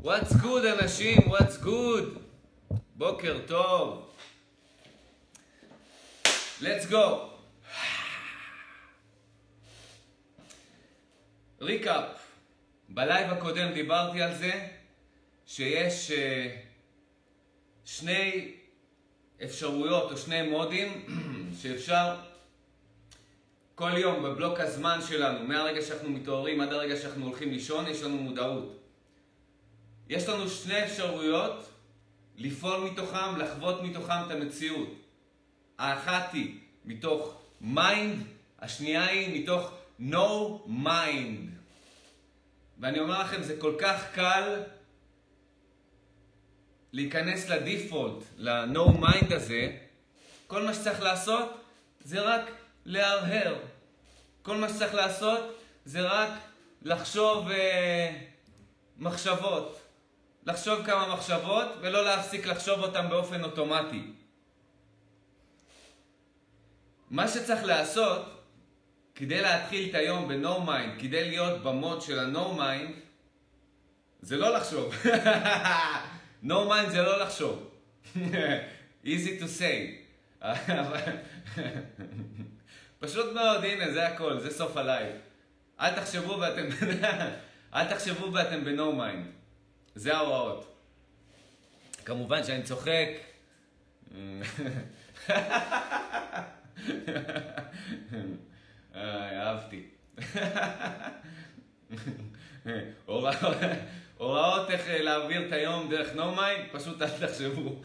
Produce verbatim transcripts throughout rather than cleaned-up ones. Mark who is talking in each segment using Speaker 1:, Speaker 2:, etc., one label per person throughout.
Speaker 1: What's good אנשים? What's good? בוקר טוב. Let's go. ריקאפ. בלייב הקודם דיברתי על זה שיש uh, שני אפשרויות או שני מודים שאפשר כל יום בבלוק הזמן שלנו, מהרגע שאנחנו מתעוררים עד הרגע שאנחנו הולכים לישון, יש לנו מודעות. יש לנו שני אפשרויות לפעול מתוכם, לחוות מתוכם את המציאות. האחת היא מתוך mind, השנייה היא מתוך no mind. ואני אומר לכם, זה כל כך קל להיכנס לדיפולט, ל-no mind הזה. כל מה שצריך לעשות זה רק להרהר. כל מה שצריך לעשות זה רק לחשוב אה, מחשבות. לחשוב כמה מחשבות ולא להפסיק לחשוב אותם באופן אוטומטי. מה שצריך לעשות כדי להתחיל את היום ב-no mind, כדי להיות במוד של ה-no mind, זה לא לחשוב. no mind זה לא לחשוב. easy to say. פשוט מאוד, הנה, זה הכל, זה סוף הלייב. אל תחשבו ואתם, אל תחשבו ואתם ב-no mind. זה ההוראות. כמובן שאני צוחק. אהבתי. הוראות איך להעביר את היום דרך no mind, פשוט אל תחשבו.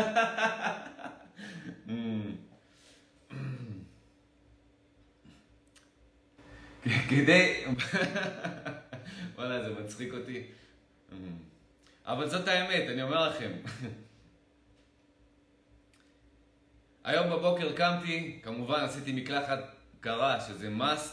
Speaker 1: כדי... וואלה, זה מצחיק אותי. אבל זאת האמת, אני אומר לכם. היום בבוקר קמתי, כמובן עשיתי מקלחת קרה, שזה must,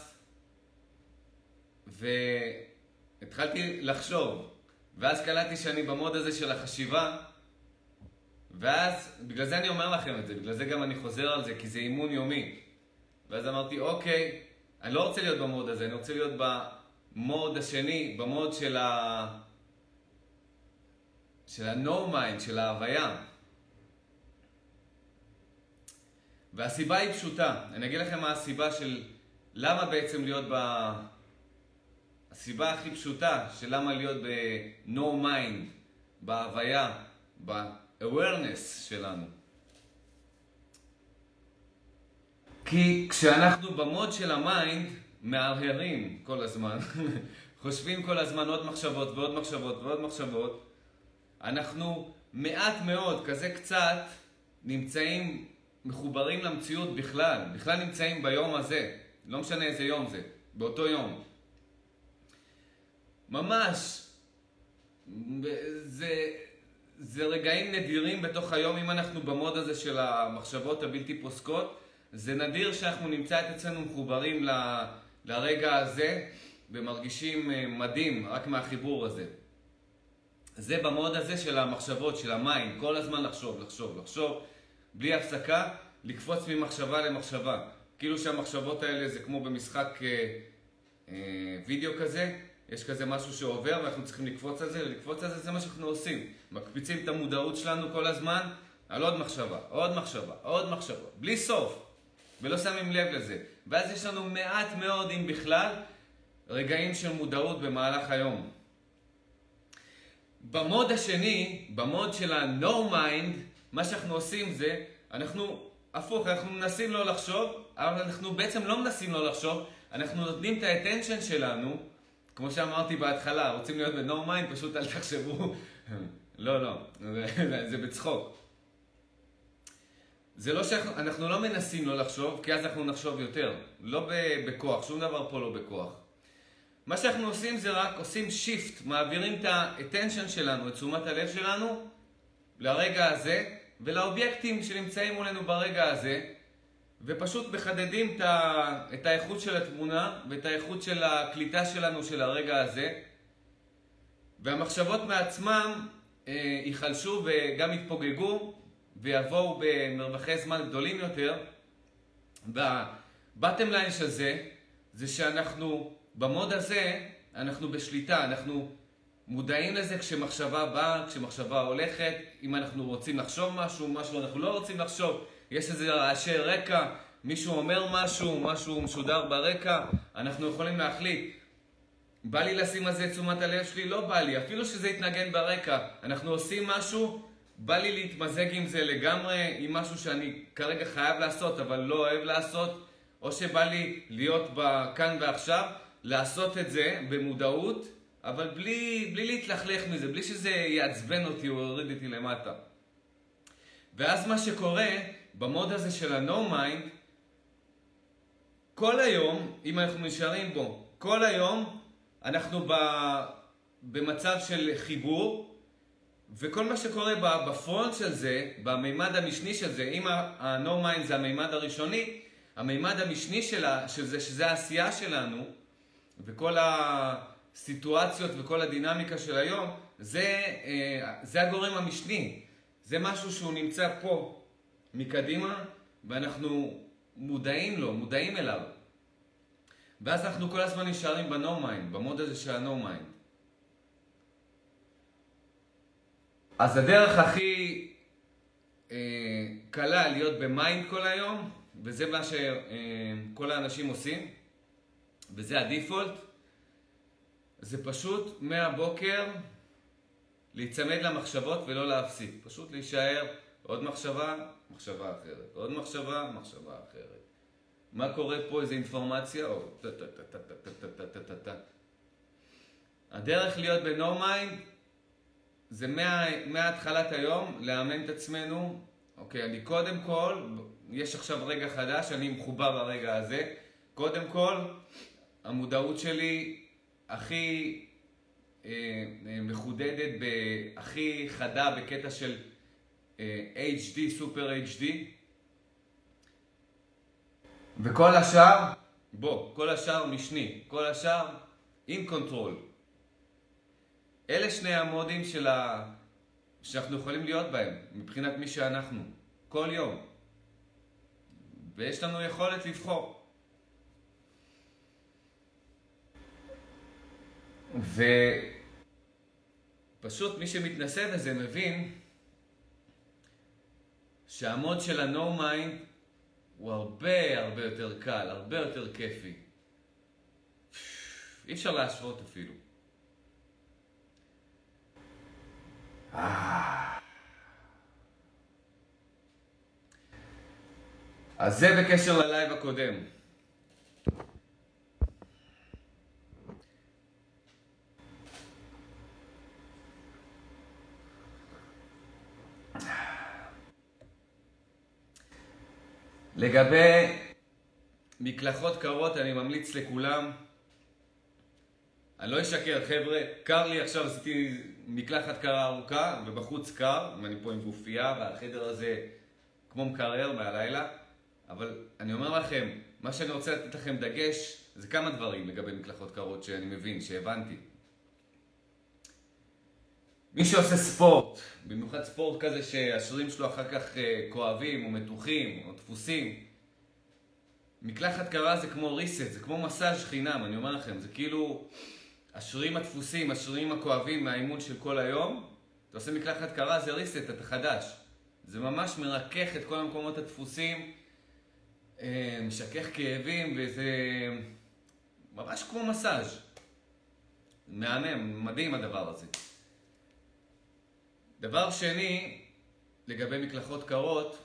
Speaker 1: והתחלתי לחשוב, ואז קלטתי שאני במוד הזה של החשיבה, ואז, בגלל זה אני אומר לכם את זה, בגלל זה גם אני חוזר על זה, כי זה אימון יומי. ואז אמרתי, אוקיי, אני לא רוצה להיות במוד הזה, אני רוצה להיות במוד השני, במוד של ה... של ה-no mind, של ההוויה. והסיבה היא פשוטה. אני אגיד לכם מה הסיבה של למה בעצם להיות ב... הסיבה הכי פשוטה של למה להיות ב-no mind, בהוויה, ב-awareness שלנו. כי כשאנחנו במוד של המיינד, מהרהרים כל הזמן, חושבים כל הזמן עוד מחשבות ועוד מחשבות ועוד מחשבות, אנחנו מעט מאוד, כזה קצת, נמצאים מחוברים למציאות בכלל. בכלל נמצאים ביום הזה. לא משנה איזה יום זה. באותו יום. ממש. זה, זה רגעים נדירים בתוך היום. אם אנחנו במוד הזה של המחשבות הבלתי פוסקות, זה נדיר שאנחנו נמצא את עצמנו מחוברים ל, לרגע הזה, ומרגישים מדהים רק מהחיבור הזה. זה במוד הזה של המחשבות, של המיינד, כל הזמן לחשוב, לחשוב, לחשוב, בלי הפסקה, לקפוץ ממחשבה למחשבה. כאילו שהמחשבות האלה זה כמו במשחק אה, אה, וידאו כזה, יש כזה משהו שעובר ואנחנו צריכים לקפוץ על זה, ולקפוץ על זה זה מה שאנחנו עושים. מקפיצים את המודעות שלנו כל הזמן על עוד מחשבה, עוד מחשבה, עוד מחשבה, בלי סוף, ולא שמים לב לזה. ואז יש לנו מעט מאוד, אם בכלל, רגעים של מודעות במהלך היום. במוד השני, במוד של ה-no mind, מה שאנחנו עושים זה, אנחנו, הפוך, אנחנו מנסים לא לחשוב, אבל אנחנו בעצם לא מנסים לא לחשוב, אנחנו נותנים את ה-attention שלנו, כמו שאמרתי בהתחלה, רוצים להיות ב-no mind, פשוט אל תחשבו, לא, לא, זה, זה בצחוק. זה לא שאנחנו, אנחנו לא מנסים לא לחשוב, כי אז אנחנו נחשוב יותר, לא בכוח, שום דבר פה לא בכוח. מה שאנחנו עושים זה רק עושים שיפט, מעבירים את ה-attention שלנו, את תשומת הלב שלנו, לרגע הזה, ולאובייקטים שנמצאים מולנו ברגע הזה, ופשוט מחדדים את, ה... את האיכות של התמונה, ואת האיכות של הקליטה שלנו של הרגע הזה, והמחשבות מעצמם אה, ייחלשו וגם יתפוגגו, ויבואו במרווחי זמן גדולים יותר. והבטם ליין של זה, זה שאנחנו במוד הזה אנחנו בשליטה, אנחנו מודעים לזה כשמחשבה באה, כשמחשבה הולכת, אם אנחנו רוצים לחשוב משהו, משהו אנחנו לא רוצים לחשוב, יש איזה רעשי רקע, מישהו אומר משהו, משהו משודר ברקע, אנחנו יכולים להחליט. בא לי לשים על זה את תשומת הלב שלי? לא בא לי, אפילו שזה יתנגן ברקע. אנחנו עושים משהו, בא לי להתמזג עם זה לגמרי, עם משהו שאני כרגע חייב לעשות, אבל לא אוהב לעשות, או שבא לי להיות כאן ועכשיו, לעשות את זה במודעות, אבל בלי, בלי להתלכלך מזה, בלי שזה יעצבן אותי או יוריד אותי למטה. ואז מה שקורה במוד הזה של ה-No Mind, כל היום, אם אנחנו נשארים בו, כל היום אנחנו ב, במצב של חיבור, וכל מה שקורה בפרונט של זה, במימד המשני של זה, אם ה-No Mind זה המימד הראשוני, המימד המשני שלה, של זה, שזה העשייה שלנו, וכל הסיטואציות וכל הדינמיקה של היום, זה, זה הגורם המשני. זה משהו שהוא נמצא פה מקדימה, ואנחנו מודעים לו, מודעים אליו. ואז אנחנו כל הזמן נשארים ב-No Mind, במוד הזה של ה-No Mind. אז הדרך הכי אה, קלה להיות במיינד כל היום, וזה מה שכל אה, האנשים עושים, וזה הדיפולט, זה פשוט מהבוקר להיצמד למחשבות ולא להפסיק. פשוט להישאר עוד מחשבה, מחשבה אחרת. עוד מחשבה, מחשבה אחרת. מה קורה פה? איזו אינפורמציה? או טה טה טה טה טה טה טה טה טה. הדרך להיות ב-No Mind זה מההתחלת היום לאמן את עצמנו. אוקיי, אני קודם כל, יש עכשיו רגע חדש, אני מחובר לרגע הזה. קודם כל, המודעות שלי הכי אה, מחודדת, הכי חדה בקטע של אה, אייץ' די, סופר אייץ' די. וכל השאר, בוא, כל השאר משני, כל השאר in control. אלה שני המודים של ה... שאנחנו יכולים להיות בהם, מבחינת מי שאנחנו, כל יום. ויש לנו יכולת לבחור. ופשוט מי שמתנסה בזה מבין שהמוד של ה-No Mind הוא הרבה הרבה יותר קל, הרבה יותר כיפי. אי אפשר להשוות אפילו. אז זה בקשר ללייב הקודם. לגבי מקלחות קרות, אני ממליץ לכולם. אני לא אשקר, חבר'ה, קר לי עכשיו, עשיתי מקלחת קרה ארוכה, ובחוץ קר, ואני פה עם גופייה, והחדר הזה כמו מקרר מהלילה. אבל אני אומר לכם, מה שאני רוצה לתת לכם דגש, זה כמה דברים לגבי מקלחות קרות שאני מבין, שהבנתי. מי שעושה ספורט, במיוחד ספורט כזה שהשרירים שלו אחר כך כואבים או מתוחים או דפוסים, מקלחת קרה זה כמו ריסט, זה כמו מסאז' חינם, אני אומר לכם, זה כאילו השרירים הדפוסים, השרירים הכואבים מהאימון של כל היום, אתה עושה מקלחת קרה, זה ריסט, אתה חדש. זה ממש מרכך את כל המקומות הדפוסים, משכך כאבים, וזה ממש כמו מסאז'. מהמם, מדהים הדבר הזה. דבר שני, לגבי מקלחות קרות,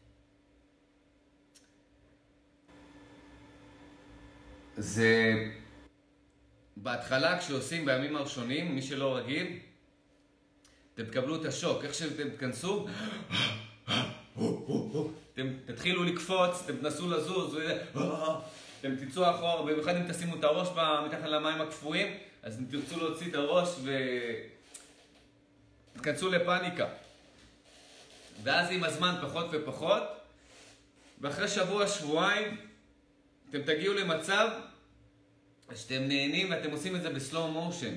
Speaker 1: זה בהתחלה כשעושים בימים הראשונים, מי שלא רגיל, אתם תקבלו את השוק, איך שאתם תכנסו, אתם תתחילו לקפוץ, אתם תנסו לזוז, אתם תצאו אחורה, במיוחד אם תשימו את הראש מתחת למים הקפואים, אז אתם תרצו להוציא את הראש ותכנסו לפאניקה. ואז עם הזמן פחות ופחות, ואחרי שבוע, שבועיים, אתם תגיעו למצב שאתם נהנים ואתם עושים את זה בסלואו מושן.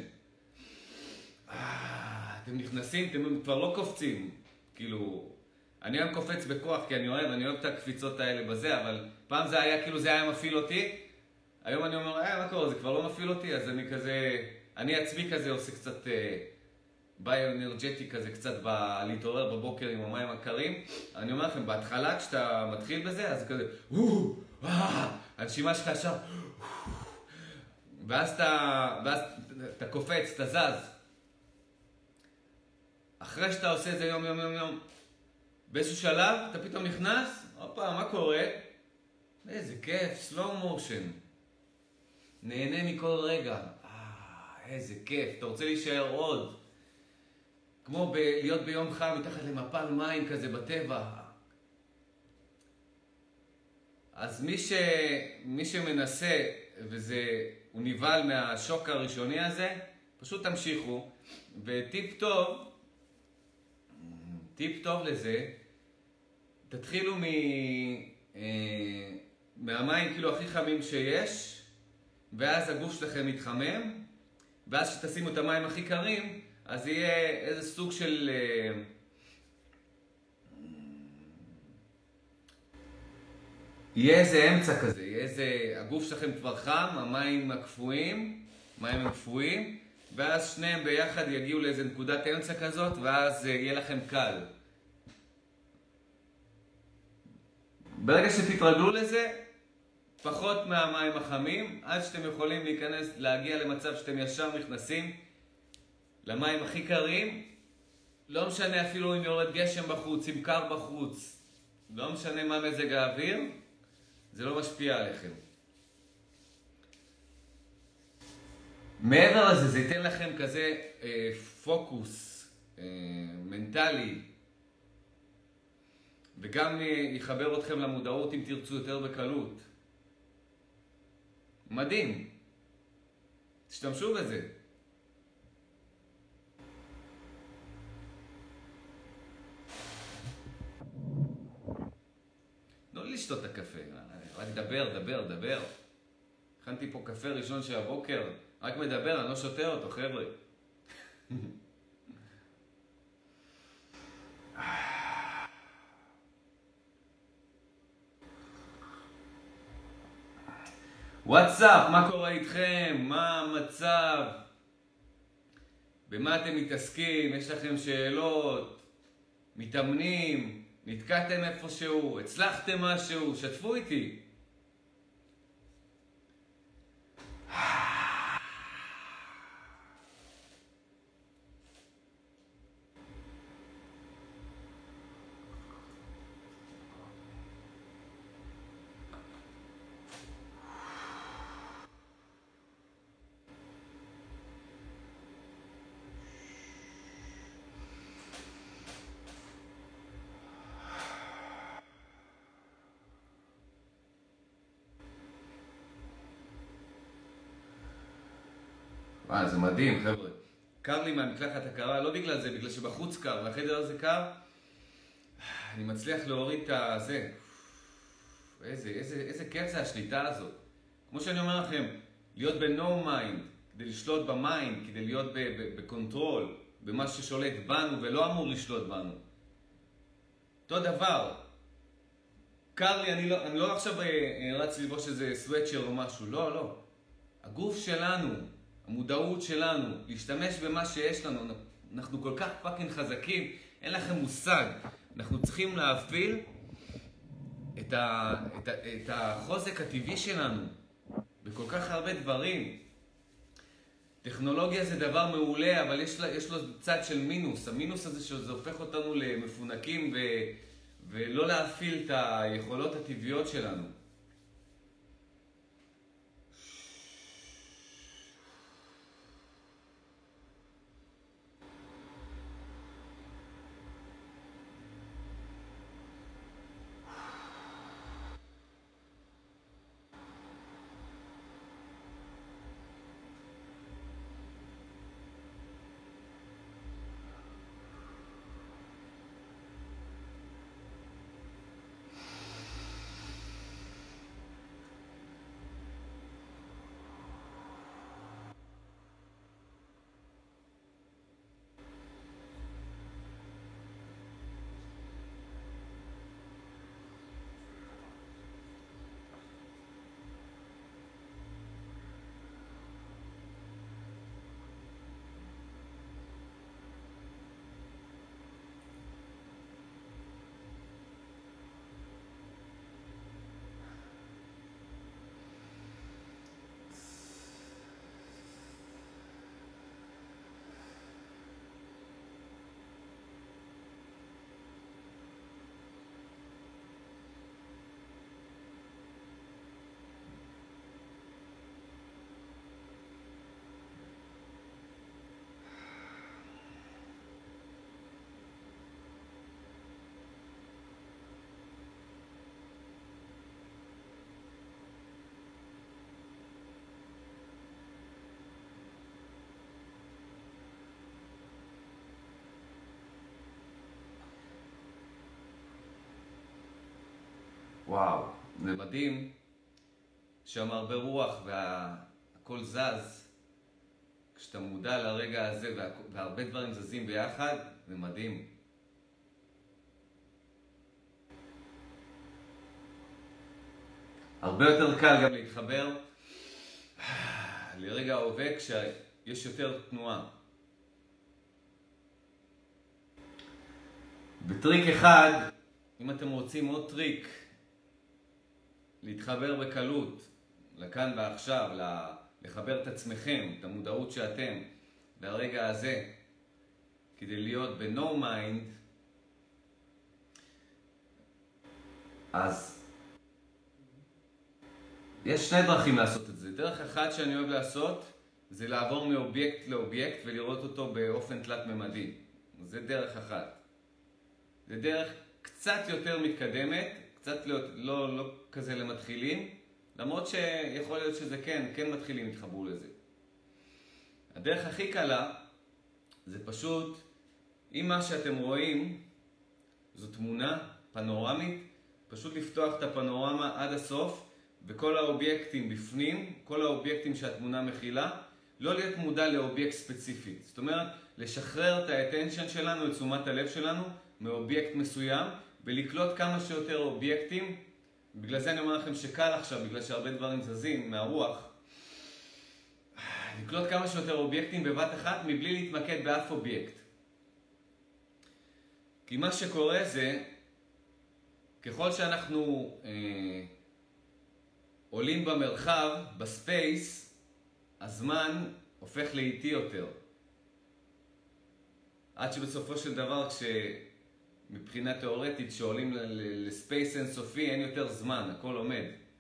Speaker 1: אתם נכנסים, אתם כבר לא קופצים. כאילו, אני היום קופץ בכוח כי אני אוהב, אני אוהב את הקפיצות האלה בזה, אבל פעם זה היה כאילו זה היה מפעיל אותי. היום אני אומר, אה, מה קורה, זה כבר לא מפעיל אותי, אז אני כזה אני עצמי כזה עושה קצת ביו-אנרג'טי כזה, קצת ב... להתעורר בבוקר עם המים הקרים. אני אומר לכם, בהתחלה כשאתה מתחיל בזה, אז כזה, וואו, וואו, הנשימה שלך ישר, ואז אתה, ואז אתה קופץ, אתה זז. אחרי שאתה עושה את זה יום יום יום יום, באיזשהו שלב אתה פתאום נכנס, הופה, מה קורה? איזה כיף, slow motion. נהנה מכל רגע. אה, איזה כיף, אתה רוצה להישאר עוד. כמו ב- להיות ביום חם מתחת למפל מים כזה בטבע. אז מי, ש... מי שמנסה, וזה, הוא נבהל מהשוק הראשוני הזה, פשוט תמשיכו. וטיפ טוב, טיפ טוב לזה, תתחילו מ... אה, מהמים כאילו הכי חמים שיש, ואז הגוף שלכם מתחמם, ואז שתשימו את המים הכי קרים, אז יהיה איזה סוג של... אה, יהיה איזה אמצע כזה, יהיה איזה... הגוף שלכם כבר חם, המים הקפואים, מים הם קפואים, ואז שניהם ביחד יגיעו לאיזה נקודת אמצע כזאת, ואז יהיה לכם קל. ברגע שתתרגלו לזה, פחות מהמים החמים, עד שאתם יכולים להיכנס, להגיע למצב שאתם ישר נכנסים למים הכי קרים. לא משנה אפילו אם יורד גשם בחוץ, אם קר בחוץ, לא משנה מה מזג האוויר, זה לא משפיע עליכם. מעבר לזה, זה ייתן לכם כזה אה, פוקוס אה, מנטלי, וגם אה, יחבר אתכם למודעות אם תרצו יותר בקלות. מדהים. תשתמשו בזה. לא לשתות את הקפה, רק דבר, דבר, דבר. הכנתי פה קפה ראשון של הבוקר, רק מדבר, אני לא שותה אותו, חבר'ה. וואטסאפ, מה קורה איתכם? מה המצב? במה אתם מתעסקים? יש לכם שאלות? מתאמנים? נתקעתם איפשהו? הצלחתם משהו? שתפו איתי. וואי, זה מדהים, חבר'ה. קר לי מהמקלחת הקרה, לא בגלל זה, בגלל שבחוץ קר, והחדר הזה קר. אני מצליח להוריד את הזה. איזה, איזה, איזה כיף זה השליטה הזאת. כמו שאני אומר לכם, להיות ב-no mind, כדי לשלוט במיינד, כדי להיות בקונטרול, במה ששולט בנו ולא אמור לשלוט בנו. אותו דבר. קר לי, אני לא, אני לא עכשיו רץ ללבוש איזה סוואטשר או משהו, לא, לא. הגוף שלנו, המודעות שלנו, להשתמש במה שיש לנו, אנחנו כל כך פאקינג חזקים, אין לכם מושג. אנחנו צריכים להפעיל את, ה, את, ה, את החוזק הטבעי שלנו בכל כך הרבה דברים. טכנולוגיה זה דבר מעולה, אבל יש, לה, יש לו צד של מינוס. המינוס הזה שזה הופך אותנו למפונקים ו, ולא להפעיל את היכולות הטבעיות שלנו. וואו, זה מדהים. שם הרבה רוח והכל זז. כשאתה מודע לרגע הזה וה... והרבה דברים זזים ביחד, זה מדהים. הרבה יותר קל גם להתחבר לרגע ההווה כשיש יותר תנועה. בטריק אחד, אם אתם רוצים עוד טריק להתחבר בקלות לכאן ועכשיו, לחבר את עצמכם, את המודעות שאתם לרגע הזה, כדי להיות ב-no mind, אז יש שני דרכים לעשות את זה. דרך אחת שאני אוהב לעשות זה לעבור מאובייקט לאובייקט ולראות אותו באופן תלת-ממדי. זה דרך אחת. זה דרך קצת יותר מתקדמת, קצת לא, לא, לא כזה למתחילים, למרות שיכול להיות שזה כן, כן מתחילים להתחברו לזה. הדרך הכי קלה זה פשוט, אם מה שאתם רואים זו תמונה פנורמית, פשוט לפתוח את הפנורמה עד הסוף, וכל האובייקטים בפנים, כל האובייקטים שהתמונה מכילה, לא להיות מודע לאובייקט ספציפי. זאת אומרת, לשחרר את האטנשן שלנו, את תשומת הלב שלנו, מאובייקט מסוים, ולקלוט כמה שיותר אובייקטים. בגלל זה אני אומר לכם שקל עכשיו, בגלל שהרבה דברים זזים מהרוח, לקלוט כמה שיותר אובייקטים בבת אחת, מבלי להתמקד באף אובייקט. כי מה שקורה זה, ככל שאנחנו אה, עולים במרחב, בספייס, הזמן הופך לאיטי יותר. עד שבסופו של דבר, כשמבחינה תיאורטית שעולים לספייס אינסופי, אין יותר זמן, הכל עומד.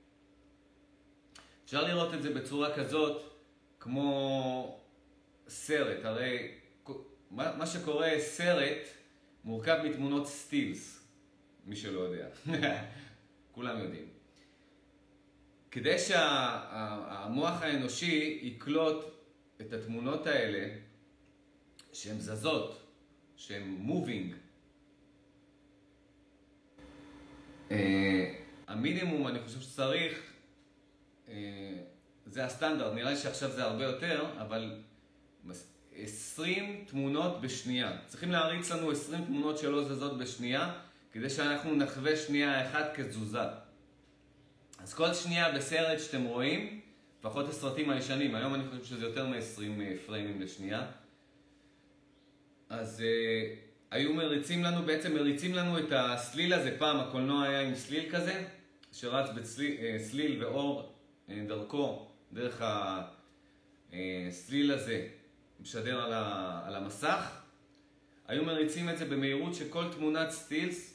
Speaker 1: אפשר לראות את זה בצורה כזאת, כמו סרט. הרי מה שקורה, סרט מורכב מתמונות סטילס, מי שלא יודע. כולם יודעים. כדי שהמוח האנושי יקלוט את התמונות האלה, שהן זזות, שהן מובינג, המינימום אני חושב שצריך, זה הסטנדרט, נראה לי שעכשיו זה הרבה יותר, אבל עשרים תמונות בשנייה. צריכים להריץ לנו עשרים תמונות שלא זזות בשנייה, כדי שאנחנו נחווה שנייה אחת כתזוזה. אז כל שנייה בסרט שאתם רואים, לפחות הסרטים הישנים, היום אני חושב שזה יותר מ-עשרים פריימים לשנייה, אז uh, היו מריצים לנו, בעצם מריצים לנו את הסליל הזה. פעם הקולנוע היה עם סליל כזה, שרץ בסליל uh, ואור uh, דרכו, דרך הסליל הזה, משדר על, ה, על המסך. היו מריצים את זה במהירות שכל תמונת סטילס,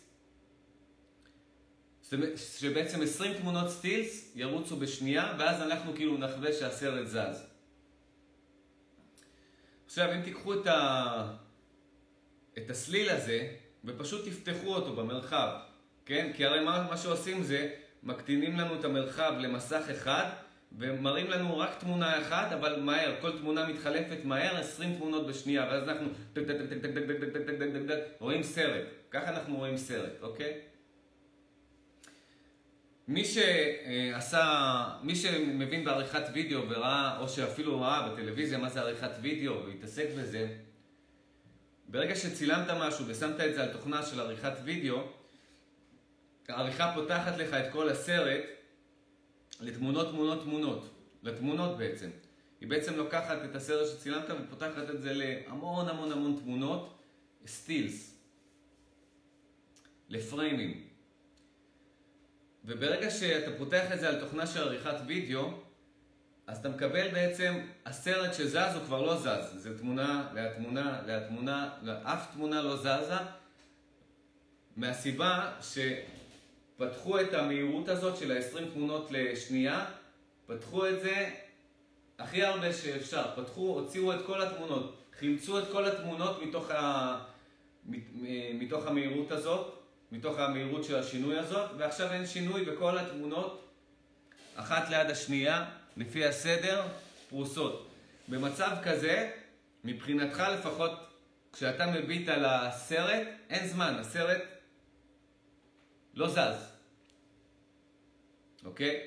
Speaker 1: שבעצם עשרים תמונות סטילס ירוצו בשנייה, ואז אנחנו כאילו נחווה שהסרט זז. עכשיו, אם תיקחו את, ה... את הסליל הזה, ופשוט תפתחו אותו במרחב, כן? כי הרי מה, מה שעושים זה, מקטינים לנו את המרחב למסך אחד, ומראים לנו רק תמונה אחת, אבל מהר, כל תמונה מתחלפת מהר, עשרים תמונות בשנייה, ואז אנחנו רואים סרט. ככה אנחנו רואים סרט, אוקיי? מי שעשה, מי שמבין בעריכת וידאו וראה, או שאפילו ראה בטלוויזיה מה זה עריכת וידאו והתעסק בזה, ברגע שצילמת משהו ושמת את זה על תוכנה של עריכת וידאו, העריכה פותחת לך את כל הסרט לתמונות, תמונות, תמונות. לתמונות בעצם. היא בעצם לוקחת את הסרט שצילמת ופותחת את זה להמון המון המון תמונות, סטילס, לפריימים. וברגע שאתה פותח את זה על תוכנה של עריכת וידאו, אז אתה מקבל בעצם, הסרט שזז הוא כבר לא זז. זה תמונה, להתמונה, להתמונה, אף תמונה לא זזה, מהסיבה שפתחו את המהירות הזאת של ה-עשרים תמונות לשנייה, פתחו את זה הכי הרבה שאפשר. פתחו, הוציאו את כל התמונות, חילצו את כל התמונות מתוך, ה... מתוך המהירות הזאת, מתוך המהירות של השינוי הזאת, ועכשיו אין שינוי בכל התמונות, אחת ליד השנייה, לפי הסדר, פרוסות. במצב כזה, מבחינתך לפחות, כשאתה מביט על הסרט, אין זמן, הסרט לא זז. אוקיי?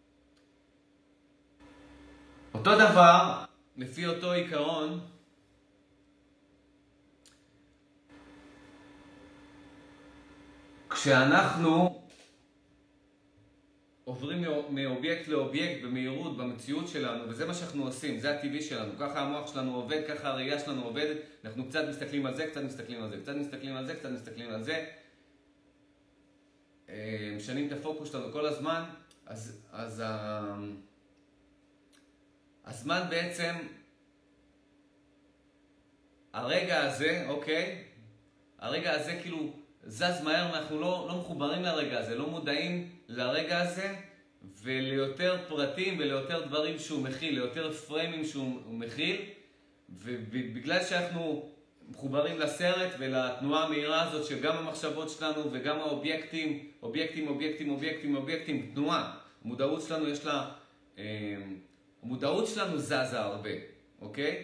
Speaker 1: אותו דבר, לפי אותו עיקרון, כשאנחנו עוברים מאובייקט לאובייקט במהירות, במציאות שלנו, וזה מה שאנחנו עושים, זה הטבעי שלנו, ככה המוח שלנו עובד, ככה הראייה שלנו עובדת, אנחנו קצת מסתכלים על זה, קצת מסתכלים על זה, קצת מסתכלים על זה, קצת מסתכלים על זה, משנים את הפוקוס שלנו כל הזמן, אז, אז הזמן בעצם, הרגע הזה, אוקיי, הרגע הזה כאילו זז מהר, אנחנו לא, לא מחוברים לרגע הזה, לא מודעים לרגע הזה, וליותר פרטים וליותר דברים שהוא מכיל, ליותר פריימים שהוא מכיל, ובגלל שאנחנו מחוברים לסרט ולתנועה המהירה הזאת של גם המחשבות שלנו וגם האובייקטים, אובייקטים, אובייקטים, אובייקטים, אובייקטים, תנועה. המודעות שלנו יש לה, המודעות שלנו זזה הרבה, אוקיי?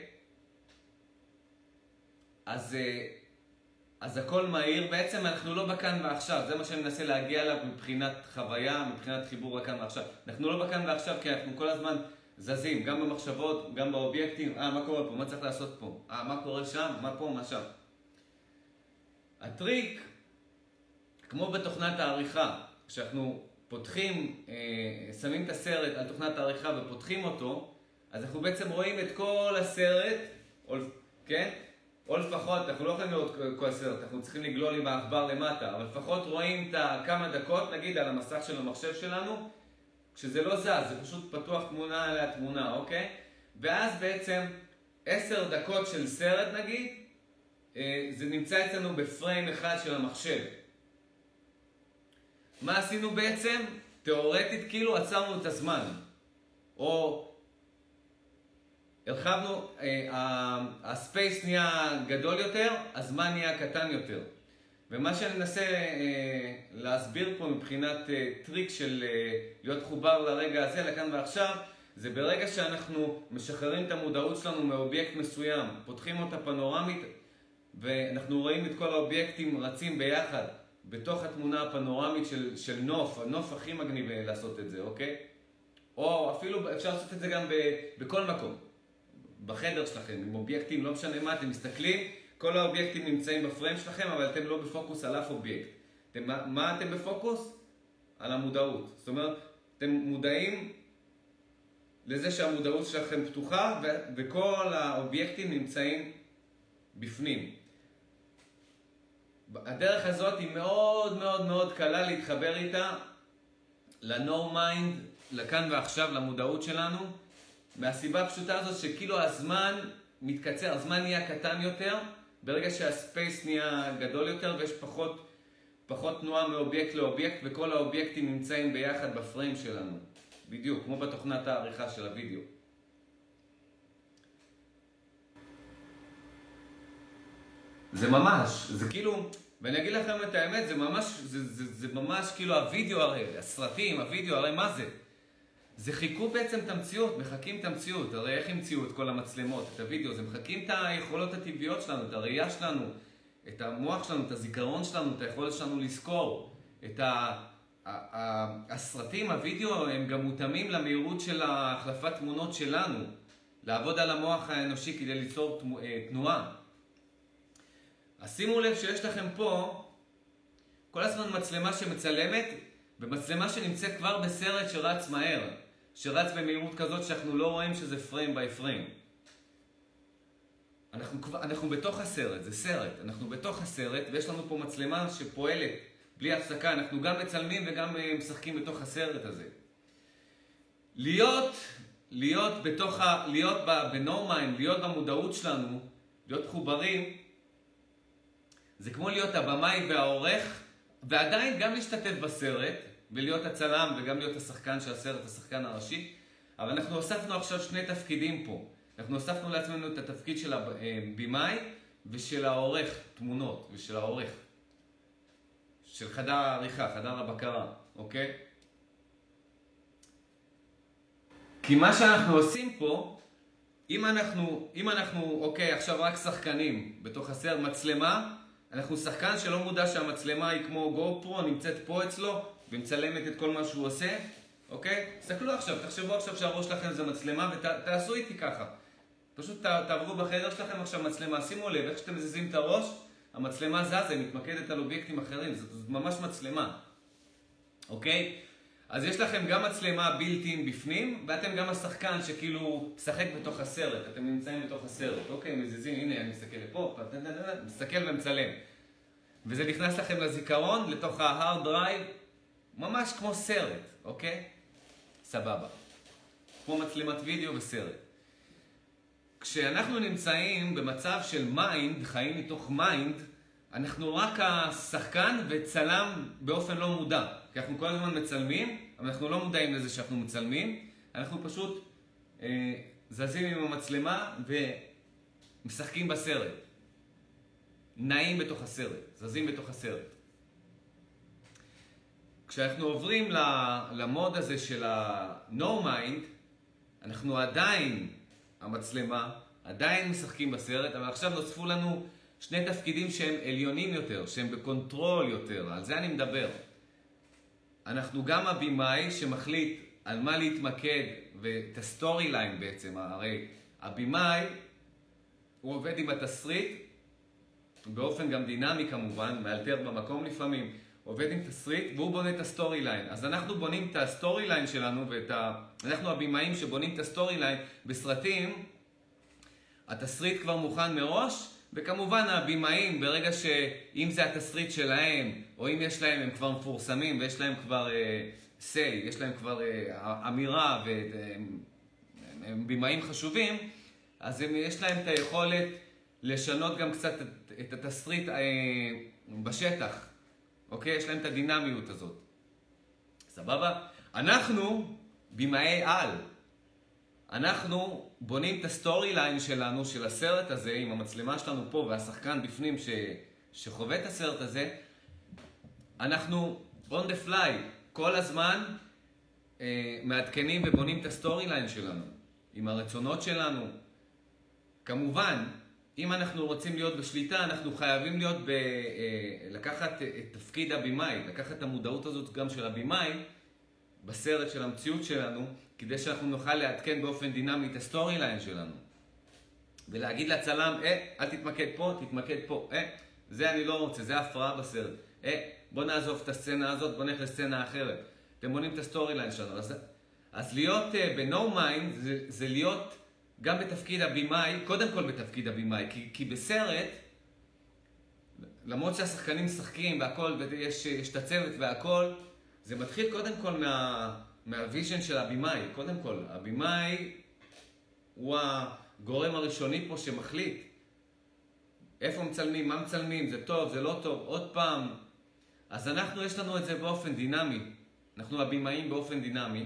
Speaker 1: אז, אז הכל מהיר, בעצם אנחנו לא בכאן ועכשיו, זה מה שאני מנסה להגיע אליו מבחינת חוויה, מבחינת חיבור לכאן ועכשיו. אנחנו לא בכאן ועכשיו כי אנחנו כל הזמן זזים, גם במחשבות, גם באובייקטים, אה, מה קורה פה, מה צריך לעשות פה, אה, מה קורה שם, מה פה, מה שם. הטריק, כמו בתוכנת העריכה, כשאנחנו פותחים, אה, שמים את הסרט על תוכנת העריכה ופותחים אותו, אז אנחנו בעצם רואים את כל הסרט, או, כן? או לפחות, אנחנו לא יכולים לראות כל הסרט, אנחנו צריכים לגלול עם העכבר למטה, אבל לפחות רואים את כמה דקות, נגיד, על המסך של המחשב שלנו, כשזה לא זז, זה פשוט פתוח תמונה עליה תמונה, אוקיי? ואז בעצם עשר דקות של סרט נגיד, זה נמצא אצלנו בפריים אחד של המחשב. מה עשינו בעצם? תיאורטית כאילו עצרנו את הזמן. או הרחבנו, הספייס נהיה גדול יותר, הזמן נהיה קטן יותר. ומה שאני מנסה אה, להסביר פה מבחינת אה, טריק של אה, להיות חובר לרגע הזה, לכאן ועכשיו, זה ברגע שאנחנו משחררים את המודעות שלנו מאובייקט מסוים, פותחים אותה פנורמית, ואנחנו רואים את כל האובייקטים רצים ביחד, בתוך התמונה הפנורמית של, של נוף, הנוף הכי מגניב לעשות את זה, אוקיי? או אפילו אפשר לעשות את זה גם ב, בכל מקום, בחדר שלכם, עם אובייקטים, לא משנה מה, אתם מסתכלים, כל האובייקטים נמצאים בפריים שלכם, אבל אתם לא בפוקוס על אף אובייקט. אתם, מה, מה אתם בפוקוס? על המודעות. זאת אומרת, אתם מודעים לזה שהמודעות שלכם פתוחה, ו- וכל האובייקטים נמצאים בפנים. הדרך הזאת היא מאוד מאוד מאוד קלה להתחבר איתה, ל-no mind, לכאן ועכשיו, למודעות שלנו, מהסיבה הפשוטה הזאת שכאילו הזמן מתקצר, הזמן נהיה קטן יותר, ברגע שהספייס נהיה גדול יותר ויש פחות, פחות תנועה מאובייקט לאובייקט וכל האובייקטים נמצאים ביחד בפריים שלנו. בדיוק, כמו בתוכנת העריכה של הוידאו. זה ממש, זה כאילו, ואני אגיד לכם את האמת, זה ממש, זה, זה, זה ממש כאילו הוידאו הרי, הסרטים, הוידאו הרי, מה זה? זה חיכו בעצם את המציאות, מחכים את המציאות, הרי איך המציאו את כל המצלמות, את הוידאו, זה מחכים את היכולות הטבעיות שלנו, את הראייה שלנו, את המוח שלנו, את הזיכרון שלנו, את היכולת שלנו לזכור, את ה... הסרטים, הוידאו, הם גם מותאמים למהירות של החלפת תמונות שלנו, לעבוד על המוח האנושי כדי ליצור תנועה. אז שימו לב שיש לכם פה כל הזמן מצלמה שמצלמת, ומצלמה שנמצאת כבר בסרט שרץ מהר, שרץ במהירות כזאת שאנחנו לא רואים שזה פריים ביי פריים. אנחנו, אנחנו בתוך הסרט, זה סרט, אנחנו בתוך הסרט, ויש לנו פה מצלמה שפועלת בלי הפסקה, אנחנו גם מצלמים וגם משחקים בתוך הסרט הזה. להיות, להיות בתוך ה... להיות ב-no mind, להיות במודעות שלנו, להיות חוברים, זה כמו להיות הבמאי והעורך, ועדיין גם להשתתף בסרט, ולהיות הצלם וגם להיות השחקן של הסרט, השחקן הראשי, אבל אנחנו הוספנו עכשיו שני תפקידים פה. אנחנו הוספנו לעצמנו את התפקיד של הבמאי ושל העורך תמונות, ושל העורך. של חדר העריכה, חדר הבקרה, אוקיי? כי מה שאנחנו עושים פה, אם אנחנו, אם אנחנו, אוקיי, עכשיו רק שחקנים בתוך הסרט, מצלמה, אנחנו שחקן שלא מודע שהמצלמה היא כמו גו פרו, נמצאת פה אצלו, ומצלמת את כל מה שהוא עושה, אוקיי? תסתכלו עכשיו, תחשבו עכשיו שהראש שלכם זה מצלמה ותעשו איתי ככה. פשוט תעברו בחדר שלכם עכשיו מצלמה, שימו לב, איך שאתם מזיזים את הראש, המצלמה זזה, היא מתמקדת על אובייקטים אחרים, זאת ממש מצלמה. אוקיי? אז יש לכם גם מצלמה בילטין בפנים, ואתם גם השחקן שכאילו משחק בתוך הסרט, אתם נמצאים בתוך הסרט, אוקיי? מזיזים, הנה אני מסתכל לפה, מסתכל ומצלם. וזה נכנס לכם לזיכרון, לתוך ההארד דרייב, ממש כמו סרט, אוקיי? סבבה. כמו מצלמת וידאו וסרט. כשאנחנו נמצאים במצב של מיינד, חיים מתוך מיינד, אנחנו רק השחקן וצלם באופן לא מודע. כי אנחנו כל הזמן מצלמים, אבל אנחנו לא מודעים לזה שאנחנו מצלמים. אנחנו פשוט אה, זזים עם המצלמה ומשחקים בסרט. נעים בתוך הסרט, זזים בתוך הסרט. כשאנחנו עוברים למוד הזה של ה-No Mind, אנחנו עדיין המצלמה, עדיין משחקים בסרט, אבל עכשיו נוספו לנו שני תפקידים שהם עליונים יותר, שהם בקונטרול יותר, על זה אני מדבר. אנחנו גם הבימאי שמחליט על מה להתמקד, ואת הסטורי ליין בעצם, הרי הבימאי הוא עובד עם התסריט, באופן גם דינמי כמובן, מאלתר במקום לפעמים, עובד עם תסריט והוא בונה את הסטורי ליין. אז אנחנו בונים את הסטורי ליין שלנו, ואת ה... אנחנו הבימאים שבונים את הסטורי ליין בסרטים, התסריט כבר מוכן מראש, וכמובן הבימאים ברגע שאם זה התסריט שלהם, או אם יש להם, הם כבר מפורסמים ויש להם כבר uh, say, יש להם כבר uh, אמירה והם uh, בימאים חשובים, אז הם, יש להם את היכולת לשנות גם קצת את, את התסריט uh, בשטח. אוקיי? יש להם את הדינמיות הזאת. סבבה? אנחנו בימאי על. אנחנו בונים את הסטורי ליין שלנו, של הסרט הזה, עם המצלמה שלנו פה והשחקן בפנים ש... שחווה את הסרט הזה. אנחנו on the fly, כל הזמן אה, מעדכנים ובונים את הסטורי ליין שלנו, עם הרצונות שלנו. כמובן, אם אנחנו רוצים להיות בשליטה, אנחנו חייבים להיות ב... לקחת את תפקיד הבימאי, לקחת את המודעות הזאת גם של הבימאי בסרט של המציאות שלנו, כדי שאנחנו נוכל לעדכן באופן דינמי את הסטורי ליין שלנו. ולהגיד לצלם, אה, אל תתמקד פה, תתמקד פה, אה, זה אני לא רוצה, זה הפרעה בסרט. אה, בוא נעזוב את הסצנה הזאת, בוא נלך לסצנה אחרת. אתם בונים את הסטורי ליין שלנו. אז, אז להיות uh, ב-No Mind זה, זה להיות... גם בתפקיד הבימאי, קודם כל בתפקיד הבימאי, כי, כי בסרט, למרות שהשחקנים משחקים והכל, ויש יש את הצוות והכל, זה מתחיל קודם כל מה, מהוויז'ן של הבימאי. קודם כל, הבימאי הוא הגורם הראשוני פה שמחליט. איפה מצלמים, מה מצלמים, זה טוב, זה לא טוב, עוד פעם. אז אנחנו, יש לנו את זה באופן דינמי. אנחנו הבימאים באופן דינמי.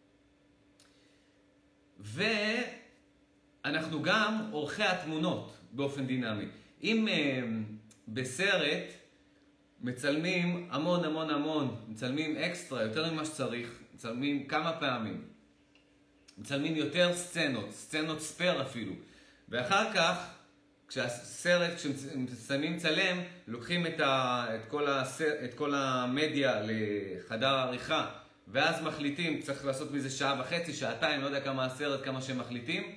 Speaker 1: ו... אנחנו גם עורכי התמונות באופן דינמי. אם uh, בסרט מצלמים המון המון המון, מצלמים אקסטרה, יותר ממה שצריך, מצלמים כמה פעמים, מצלמים יותר סצנות, סצנות ספר אפילו. ואחר כך, כשהסרט, כשמצלמים צלם, לוקחים את, ה, את, כל הסר, את כל המדיה לחדר העריכה, ואז מחליטים, צריך לעשות מזה שעה וחצי, שעתיים, לא יודע כמה הסרט, כמה שהם מחליטים.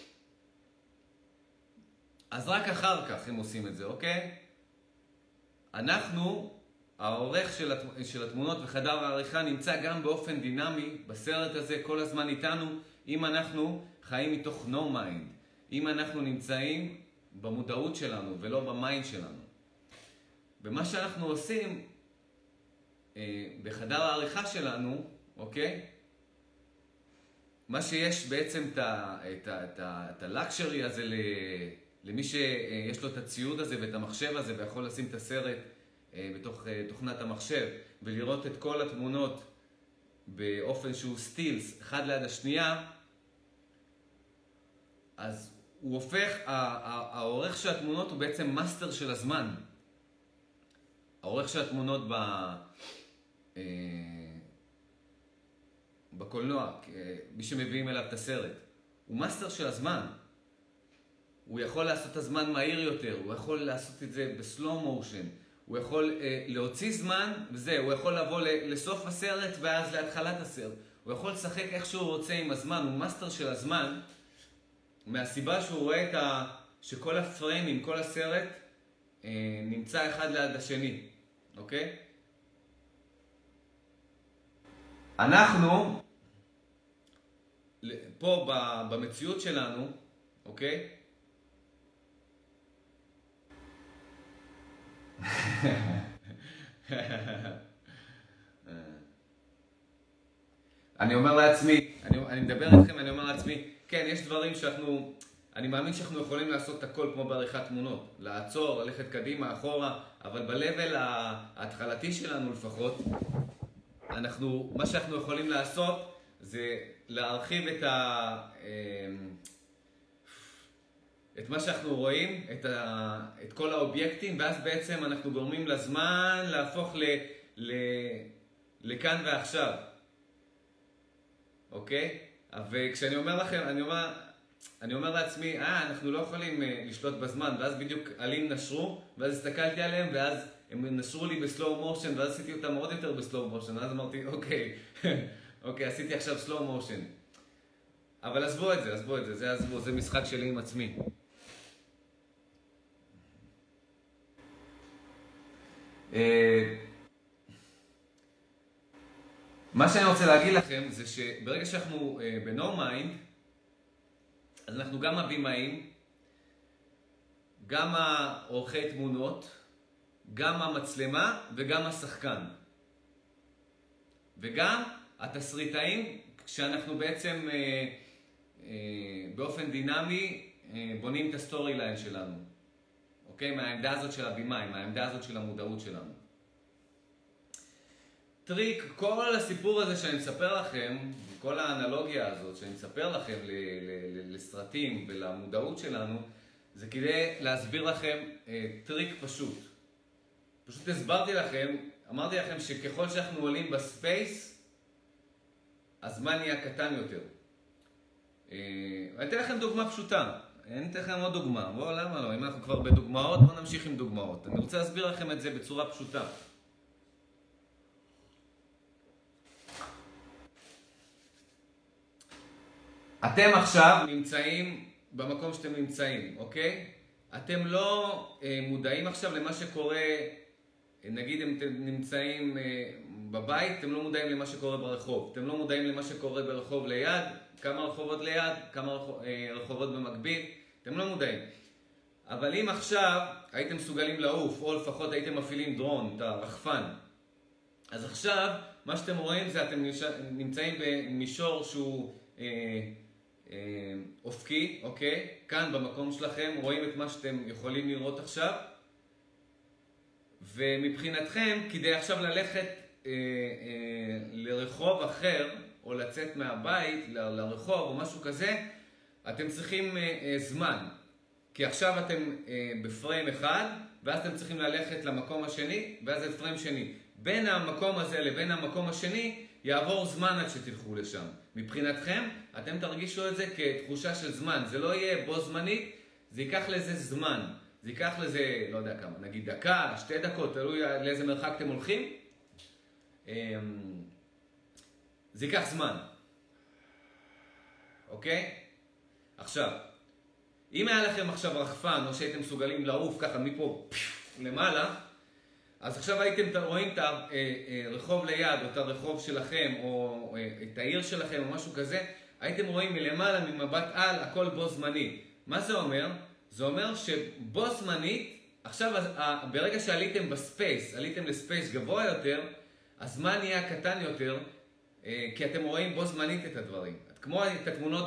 Speaker 1: אז רק אחר כך הם עושים את זה, אוקיי? אנחנו, העורך של, הת... של התמונות וחדר העריכה נמצא גם באופן דינמי בסרט הזה כל הזמן איתנו, אם אנחנו חיים מתוך no mind, אם אנחנו נמצאים במודעות שלנו ולא במיינד שלנו. ומה שאנחנו עושים אה, בחדר העריכה שלנו, אוקיי? מה שיש בעצם את ה... את ה... את ה... את הלקשרי הזה ל... למי שיש לו את הציוד הזה ואת המחשב הזה ויכול לשים את הסרט בתוך תוכנת המחשב ולראות את כל התמונות באופן שהוא סטילס, אחד ליד השנייה, אז הוא הופך, העורך של התמונות הוא בעצם מאסטר של הזמן. העורך של התמונות ב... בקולנוע, מי שמביאים אליו את הסרט, הוא מאסטר של הזמן. הוא יכול לעשות את הזמן מהיר יותר, הוא יכול לעשות את זה בסלואו מושן, הוא יכול אה, להוציא זמן, וזה, הוא יכול לבוא לסוף הסרט ואז להתחלת הסרט. הוא יכול לשחק איך שהוא רוצה עם הזמן, הוא מאסטר של הזמן, מהסיבה שהוא רואה את ה... שכל הפריימים, כל הסרט, אה, נמצא אחד ליד השני, אוקיי? אנחנו, פה במציאות שלנו, אוקיי? אני אומר לעצמי, אני, אני מדבר איתכם, אני אומר לעצמי, כן, יש דברים שאנחנו, אני מאמין שאנחנו יכולים לעשות הכל כמו בעריכת תמונות, לעצור, ללכת קדימה, אחורה, אבל ב-level ההתחלתי שלנו לפחות, אנחנו, מה שאנחנו יכולים לעשות זה להרחיב את ה... את מה שאנחנו רואים, את, ה, את כל האובייקטים, ואז בעצם אנחנו גורמים לזמן להפוך ל, ל, לכאן ועכשיו. אוקיי? וכשאני אומר לכם, אני אומר, אני אומר לעצמי, אה, אנחנו לא יכולים uh, לשלוט בזמן, ואז בדיוק עלים נשרו, ואז הסתכלתי עליהם, ואז הם נשרו לי בסלואו מושן, ואז עשיתי אותם עוד יותר בסלואו מושן, ואז אמרתי, אוקיי, אוקיי, עשיתי עכשיו סלואו מושן. אבל עזבו את זה, עזבו את זה, זה עזבו, זה משחק שלי עם עצמי. מה שאני רוצה להגיד לכם זה שברגע שאנחנו ב-No Mind, אז אנחנו גם הבימאים, גם העורכי תמונות, גם המצלמה וגם השחקן. וגם התסריטאים, כשאנחנו בעצם באופן דינמי בונים את הסטורי ליין שלנו. אוקיי? מהעמדה הזאת של הבימאי, מהעמדה הזאת של המודעות שלנו. טריק, כל הסיפור הזה שאני מספר לכם, כל האנלוגיה הזאת שאני מספר לכם לסרטים ולמודעות שלנו, זה כדי להסביר לכם טריק פשוט. פשוט הסברתי לכם, אמרתי לכם שככל שאנחנו עולים בספייס, הזמן נהיה קטן יותר. אני אתן לכם דוגמה פשוטה. אני אתן לכם עוד דוגמה. בואו, למה לא? אם אנחנו כבר בדוגמאות, בואו נמשיך עם דוגמאות. אני רוצה להסביר לכם את זה בצורה פשוטה. אתם עכשיו נמצאים במקום שאתם נמצאים, אוקיי? אתם לא אה, מודעים עכשיו למה שקורה, נגיד אם אתם נמצאים אה, בבית, אתם לא מודעים למה שקורה ברחוב. אתם לא מודעים למה שקורה ברחוב ליד, כמה רחובות ליד, כמה רחוב, אה, רחובות במקביל. אתם לא מודעים. אבל אם עכשיו הייתם מסוגלים לעוף, או לפחות הייתם מפעילים דרון, את הרחפן, אז עכשיו מה שאתם רואים זה אתם נמצאים במישור שהוא אה, אה, אופקי, אוקיי? כאן במקום שלכם רואים את מה שאתם יכולים לראות עכשיו. ומבחינתכם, כדי עכשיו ללכת אה, אה, לרחוב אחר, או לצאת מהבית ל, לרחוב או משהו כזה, אתם צריכים אה, אה, זמן. כי עכשיו אתם אה, בפריים אחד, ואז אתם צריכים ללכת למקום השני, ואז זה פריים שני. בין המקום הזה לבין המקום השני, יעבור זמן עד שתלכו לשם. מבחינתכם, אתם תרגישו את זה כתחושה של זמן. זה לא יהיה בו זמנית, זה ייקח לזה זמן. זה ייקח לזה, לא יודע כמה, נגיד דקה, שתי דקות, תלוי לאיזה מרחק אתם הולכים. זה ייקח זמן. אוקיי? עכשיו, אם היה לכם עכשיו רחפן, או שהייתם מסוגלים לעוף ככה מפה למעלה, אז עכשיו הייתם רואים את הרחוב ליד, או את הרחוב שלכם, או את העיר שלכם, או משהו כזה, הייתם רואים מלמעלה, ממבט על, הכל בו זמני. מה זה אומר? זה אומר שבו זמנית, עכשיו ברגע שעליתם בספייס, עליתם לספייס גבוה יותר, הזמן נהיה קטן יותר, כי אתם רואים בו זמנית את הדברים. כמו את התמונות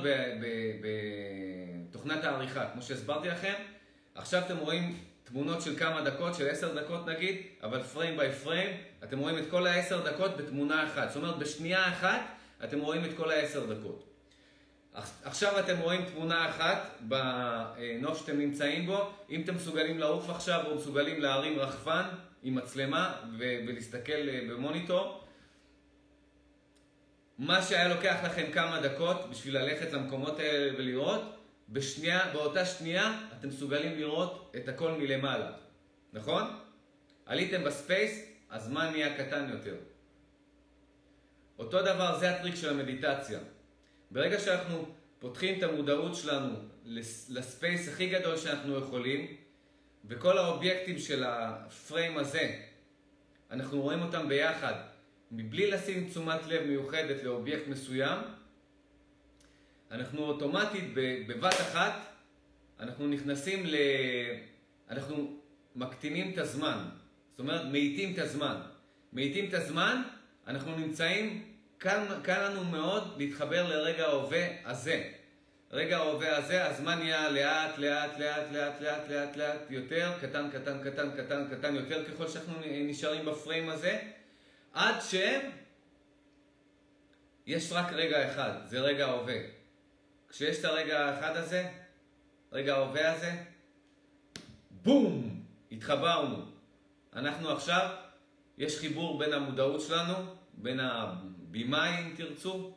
Speaker 1: בתוכנת העריכה, כמו שהסברתי לכם, עכשיו אתם רואים תמונות של כמה דקות, של עשר דקות נגיד, אבל פריים ביי פריים, אתם רואים את כל העשר דקות בתמונה אחת. זאת אומרת, בשנייה אחת אתם רואים את כל העשר דקות. עכשיו אתם רואים תמונה אחת בנוף שאתם נמצאים בו. אם אתם מסוגלים לעוף עכשיו או מסוגלים להרים רחפן עם מצלמה ולהסתכל במוניטור, מה שהיה לוקח לכם כמה דקות בשביל ללכת למקומות האלה ולראות, בשנייה, באותה שנייה אתם מסוגלים לראות את הכל מלמעלה. נכון? עליתם בספייס, הזמן נהיה קטן יותר. אותו דבר, זה הטריק של המדיטציה. ברגע שאנחנו פותחים את המודעות שלנו לספייס הכי גדול שאנחנו יכולים, וכל האובייקטים של הפריים הזה, אנחנו רואים אותם ביחד, מבלי לשים תשומת לב מיוחדת לאובייקט מסוים, אנחנו אוטומטית בבת אחת, אנחנו נכנסים ל... אנחנו מקטינים את הזמן. זאת אומרת, מאיטים את הזמן. מאיטים את הזמן, אנחנו נמצאים, קל, קל לנו מאוד להתחבר לרגע ההווה הזה. רגע ההווה הזה, הזמן נהיה לאט, לאט, לאט, לאט, לאט, לאט, לאט, יותר, קטן, קטן, קטן, קטן, קטן, יותר ככל שאנחנו נשארים בפריים הזה, עד ש... יש רק רגע אחד, זה רגע ההווה. כשיש את הרגע האחד הזה, רגע ההווה הזה, בום! התחברנו. אנחנו עכשיו, יש חיבור בין המודעות שלנו, בין הבימאי אם תרצו,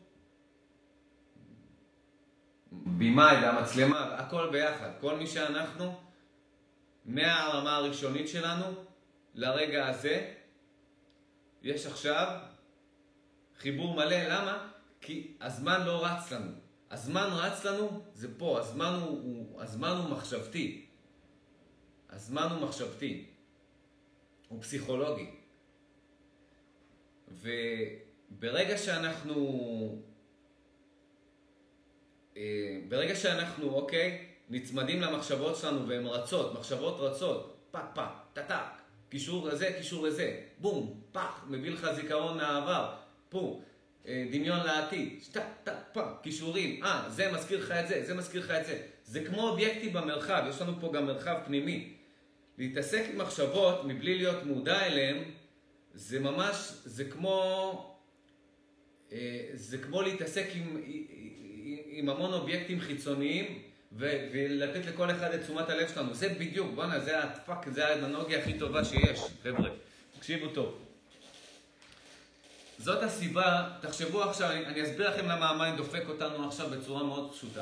Speaker 1: בימאי והמצלמה, הכל ביחד. כל מי שאנחנו, מהרמה הראשונית שלנו, לרגע הזה, יש עכשיו חיבור מלא. למה? כי הזמן לא רץ לנו. הזמן רץ לנו, זה פה. הזמן הוא, הוא, הזמן הוא מחשבתי. הזמן הוא מחשבתי. הוא פסיכולוגי. וברגע שאנחנו... ברגע שאנחנו, אוקיי, נצמדים למחשבות שלנו והן רצות, מחשבות רצות, פק פק, טטק, קישור לזה, קישור לזה, בום, פק, מביא לך זיכרון מהעבר, פו, דמיון לעתיד, שטק, טק, פק, קישורים, אה, זה מזכיר לך את זה, זה מזכיר לך את זה. זה כמו אובייקטי במרחב, יש לנו פה גם מרחב פנימי. להתעסק עם מחשבות מבלי להיות מודע אליהם, זה ממש, זה כמו, זה כמו להתעסק עם... עם המון אובייקטים חיצוניים, ו- ולתת לכל אחד את תשומת הלב שלנו. זה בדיוק, בוא'נה, זה הפאק, זה האנלוגיה הכי טובה שיש, חבר'ה. תקשיבו טוב. זאת הסיבה, תחשבו עכשיו, אני, אני אסביר לכם למה המיינד דופק אותנו עכשיו בצורה מאוד פשוטה.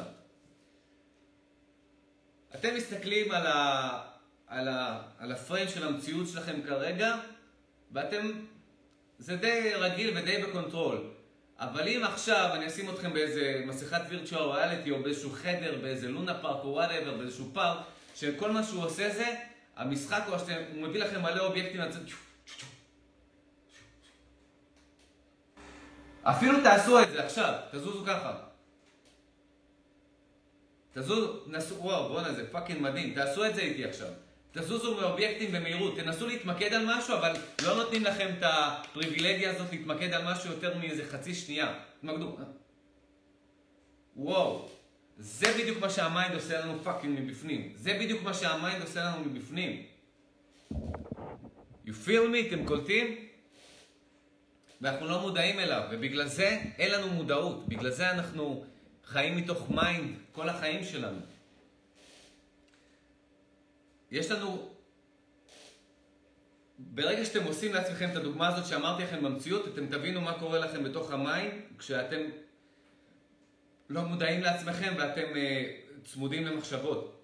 Speaker 1: אתם מסתכלים על, ה- על, ה- על הפריים של המציאות שלכם כרגע, ואתם, זה די רגיל ודי בקונטרול. אבל אם עכשיו אני אשים אתכם באיזה מסכת וירטואל ריאליטי או באיזשהו חדר, באיזה לונה פארק או וואטאבר, באיזשהו פארק, שכל מה שהוא עושה זה, המשחק הוא, הוא מביא לכם מלא אובייקטים, אפילו תעשו את זה עכשיו, תזוזו ככה. תזוזו, נסו, וואו, בוא'נה, זה פאקינג מדהים, תעשו את זה איתי עכשיו. תזוזו מאובייקטים במהירות, תנסו להתמקד על משהו, אבל לא נותנים לכם את הפריבילגיה הזאת להתמקד על משהו יותר מאיזה חצי שנייה. תמקדו. וואו, זה בדיוק מה שהמיינד עושה לנו פאקינג מבפנים. זה בדיוק מה שהמיינד עושה לנו מבפנים. You feel me? אתם קולטים? ואנחנו לא מודעים אליו, ובגלל זה אין לנו מודעות. בגלל זה אנחנו חיים מתוך מיינד כל החיים שלנו. יש לנו, ברגע שאתם עושים לעצמכם את הדוגמה הזאת שאמרתי לכם במציאות, אתם תבינו מה קורה לכם בתוך המיינד, כשאתם לא מודעים לעצמכם ואתם uh, צמודים למחשבות.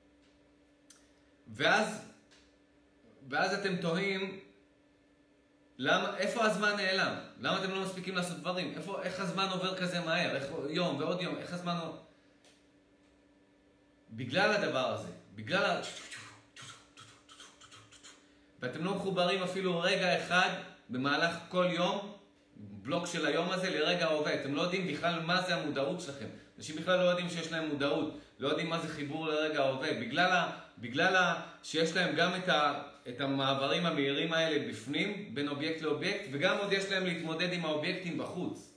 Speaker 1: ואז, ואז אתם תוהים, למה, איפה הזמן נעלם? למה אתם לא מספיקים לעשות דברים? איפה, איך הזמן עובר כזה מהר? איך, יום ועוד יום, איך הזמן... בגלל הדבר הזה, בגלל ה... ואתם לא מחוברים אפילו רגע אחד במהלך כל יום, בלוק של היום הזה, לרגע ההווה. אתם לא יודעים בכלל מה זה המודעות שלכם. אנשים בכלל לא יודעים שיש להם מודעות, לא יודעים מה זה חיבור לרגע ההווה. בגלל, ה, בגלל ה, שיש להם גם את, ה, את המעברים המהירים האלה בפנים, בין אובייקט לאובייקט, וגם עוד יש להם להתמודד עם האובייקטים בחוץ.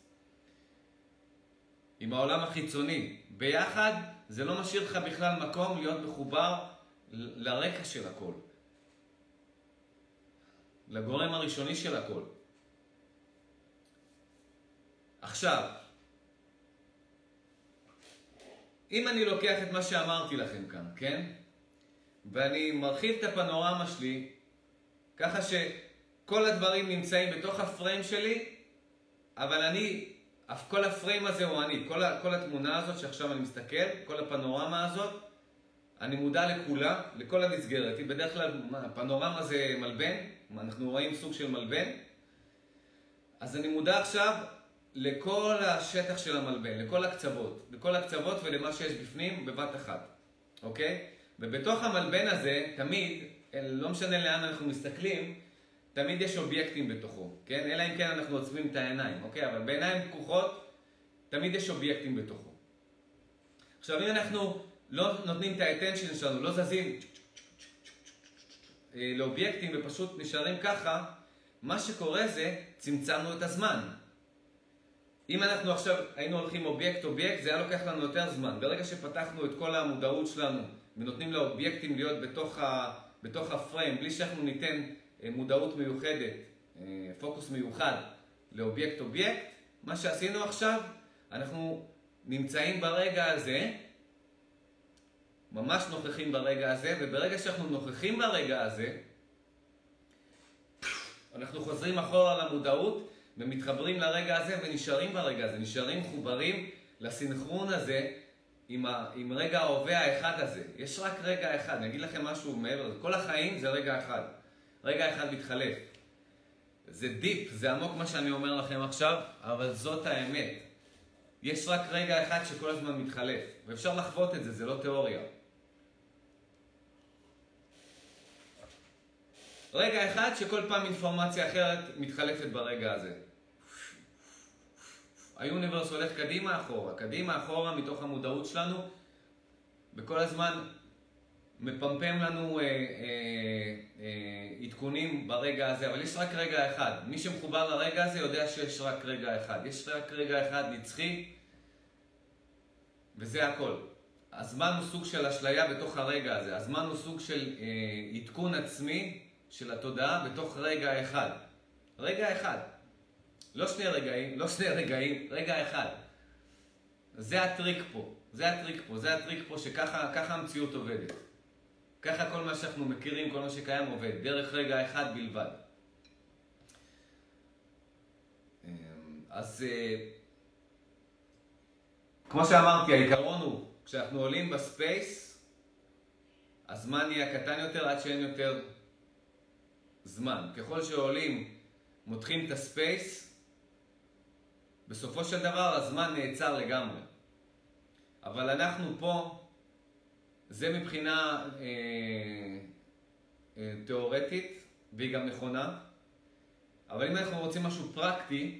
Speaker 1: עם העולם החיצוני. ביחד זה לא משאיר לך בכלל מקום להיות מחובר לרקע של הכל. לגורם הראשוני של הכל. עכשיו, אם אני לוקח את מה שאמרתי לכם כאן, כן? ואני מרחיב את הפנורמה שלי, ככה שכל הדברים נמצאים בתוך הפריים שלי, אבל אני, כל הפריים הזה הוא אני, כל, כל התמונה הזאת שעכשיו אני מסתכל, כל הפנורמה הזאת, אני מודע לכולה, לכל המסגרת. בדרך כלל הפנורמה זה מלבן, אנחנו רואים סוג של מלבן. אז אני מודע עכשיו לכל השטח של המלבן, לכל הקצוות, לכל הקצוות ולמה שיש בפנים בבת אחת, אוקיי? ובתוך המלבן הזה, תמיד, לא משנה לאן אנחנו מסתכלים, תמיד יש אובייקטים בתוכו, כן? אלא אם כן אנחנו עוצמים את העיניים, אוקיי? אבל בעיניים פקוחות, תמיד יש אובייקטים בתוכו. עכשיו, אם אנחנו לא נותנים את האטנשן שלנו, לא זזים לאובייקטים ופשוט נשארים ככה, מה שקורה זה, צמצמנו את הזמן. אם אנחנו עכשיו היינו הולכים אובייקט אובייקט, זה היה לוקח לנו יותר זמן. ברגע שפתחנו את כל המודעות שלנו ונותנים לאובייקטים להיות בתוך, ה, בתוך הפריים, בלי שאנחנו ניתן מודעות מיוחדת, פוקוס מיוחד לאובייקט אובייקט, מה שעשינו עכשיו, אנחנו נמצאים ברגע הזה, ממש נוכחים ברגע הזה, וברגע שאנחנו נוכחים ברגע הזה, אנחנו חוזרים אחורה למודעות, ומתחברים לרגע הזה ונשארים ברגע הזה, נשארים מחוברים לסינכרון הזה עם, ה, עם רגע ההווה האחד הזה. יש רק רגע אחד, אני אגיד לכם משהו מעבר לזה, כל החיים זה רגע אחד, רגע אחד מתחלף. זה דיפ, זה עמוק מה שאני אומר לכם עכשיו, אבל זאת האמת. יש רק רגע אחד שכל הזמן מתחלף, ואפשר לחוות את זה, זה לא תיאוריה. רגע אחד שכל פעם אינפורמציה אחרת מתחלפת ברגע הזה. היוניברס הולך קדימה אחורה, קדימה אחורה מתוך המודעות שלנו, וכל הזמן מפמפם לנו אה, אה, אה, עדכונים ברגע הזה, אבל יש רק רגע אחד. מי שמחובר לרגע הזה יודע שיש רק רגע אחד. יש רק רגע אחד נצחי, וזה הכל. הזמן הוא סוג של אשליה בתוך הרגע הזה. הזמן הוא סוג של אה, עדכון עצמי של התודעה בתוך רגע אחד. רגע אחד. לא שני רגעים, לא שני רגעים, רגע אחד. זה הטריק פה. זה הטריק פה. זה הטריק פה שככה ככה המציאות עובדת. ככה כל מה שאנחנו מכירים, כל מה שקיים עובד. דרך רגע אחד בלבד. אז כמו שאמרתי, העיקרון הוא, כשאנחנו עולים בספייס, הזמן יהיה קטן יותר עד שאין יותר זמן. ככל שעולים, מותחים את הספייס, בסופו של דבר הזמן נעצר לגמרי. אבל אנחנו פה, זה מבחינה אה, אה, תיאורטית, והיא גם נכונה. אבל אם אנחנו רוצים משהו פרקטי,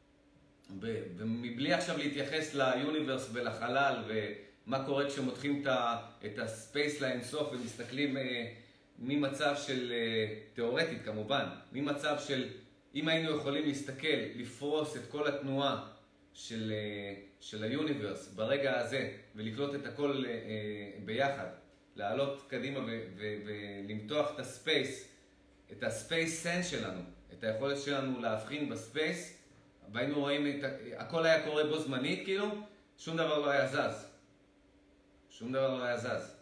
Speaker 1: ומבלי עכשיו להתייחס ליוניברס ולחלל, ומה קורה כשמותחים את הספייס לאינסוף ומסתכלים אה, ממצב של, אה, תיאורטית כמובן, ממצב של, אם היינו יכולים להסתכל, לפרוס את כל התנועה של, אה, של היוניברס ברגע הזה, ולקלוט את הכל אה, ביחד, לעלות קדימה ולמתוח את הספייס, את הספייס סנס שלנו, את היכולת שלנו להבחין בספייס, והיינו רואים, את, הכל היה קורה בו זמנית כאילו, שום דבר לא היה זז. שום דבר לא היה זז.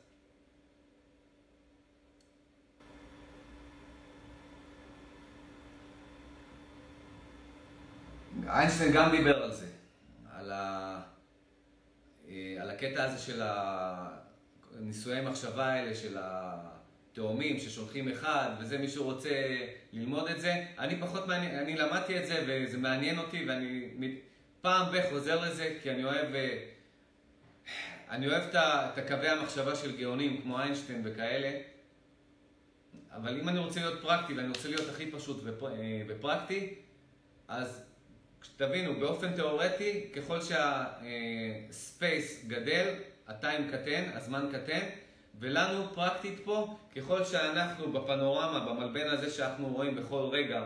Speaker 1: איינשטיין גם דיבר על זה, על, ה, על הקטע הזה של הניסויי מחשבה האלה, של התאומים ששולחים אחד, וזה מישהו רוצה ללמוד את זה. אני פחות מעניין, אני למדתי את זה וזה מעניין אותי, ואני פעם בחוזר לזה, כי אני אוהב, אני אוהב את הקווי המחשבה של גאונים כמו איינשטיין וכאלה. אבל אם אני רוצה להיות פרקטי, ואני רוצה להיות הכי פשוט ופרקטי, אז תבינו, באופן תיאורטי, ככל שהספייס גדל, הטיים קטן, הזמן קטן, ולנו פרקטית פה, ככל שאנחנו בפנורמה, במלבן הזה שאנחנו רואים בכל רגע,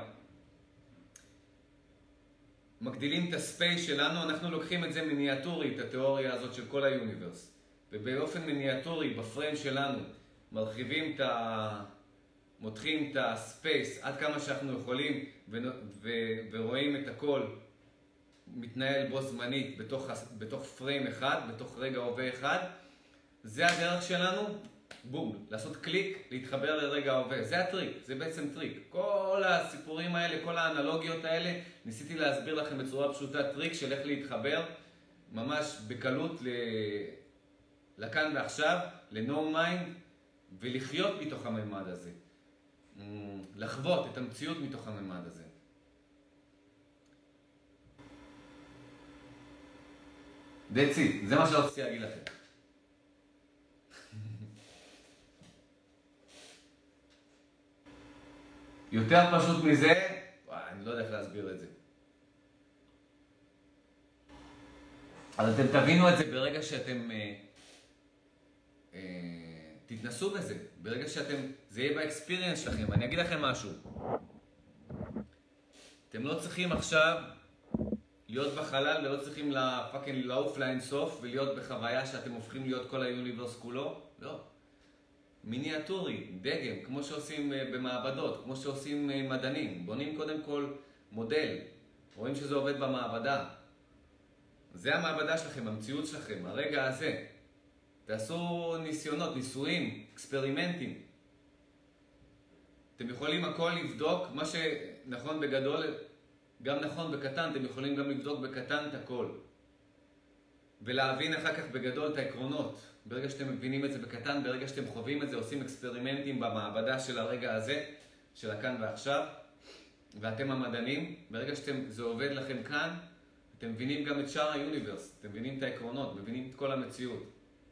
Speaker 1: מגדילים את הספייס שלנו, אנחנו לוקחים את זה מיניאטורי, את התיאוריה הזאת של כל היוניברס. ובאופן מיניאטורי, בפריים שלנו, מרחיבים את ה... מותחים את הספייס עד כמה שאנחנו יכולים, ו... ו... ורואים את הכל מתנהל בו זמנית בתוך, בתוך פריים אחד, בתוך רגע הווה אחד. זה הדרך שלנו, בום, לעשות קליק, להתחבר לרגע ההווה. זה הטריק, זה בעצם טריק. כל הסיפורים האלה, כל האנלוגיות האלה, ניסיתי להסביר לכם בצורה פשוטה טריק של איך להתחבר ממש בקלות ל... לכאן ועכשיו, ל-no mind, ולחיות מתוך הממד הזה. לחוות את המציאות מתוך הממד הזה. That's it, זה מה שרציתי להגיד לכם. יותר פשוט מזה, וואי, אני לא יודע איך להסביר את זה. אז אתם תבינו את זה ברגע שאתם אה, אה, תתנסו בזה, ברגע שאתם, זה יהיה באקספיריאנס שלכם. אני אגיד לכם משהו. אתם לא צריכים עכשיו להיות בחלל ולא צריכים לפאקינג לעוף לאינסוף ולהיות בחוויה שאתם הופכים להיות כל היוניברס כולו. לא. מיניאטורי, דגם, כמו שעושים במעבדות, כמו שעושים מדענים. בונים קודם כל מודל. רואים שזה עובד במעבדה. זה המעבדה שלכם, המציאות שלכם, הרגע הזה. תעשו ניסיונות, ניסויים, אקספרימנטים. אתם יכולים הכל לבדוק, מה שנכון בגדול, גם נכון בקטן, אתם יכולים גם לבדוק בקטן את הכל. ולהבין אחר כך בגדול את העקרונות. ברגע שאתם מבינים את זה בקטן, ברגע שאתם חווים את זה, עושים אקספרימנטים במעבדה של הרגע הזה, של הכאן ועכשיו, ואתם המדענים, ברגע שזה עובד לכם כאן, אתם מבינים גם את שאר היוניברס, אתם מבינים את העקרונות, מבינים את כל המציאות.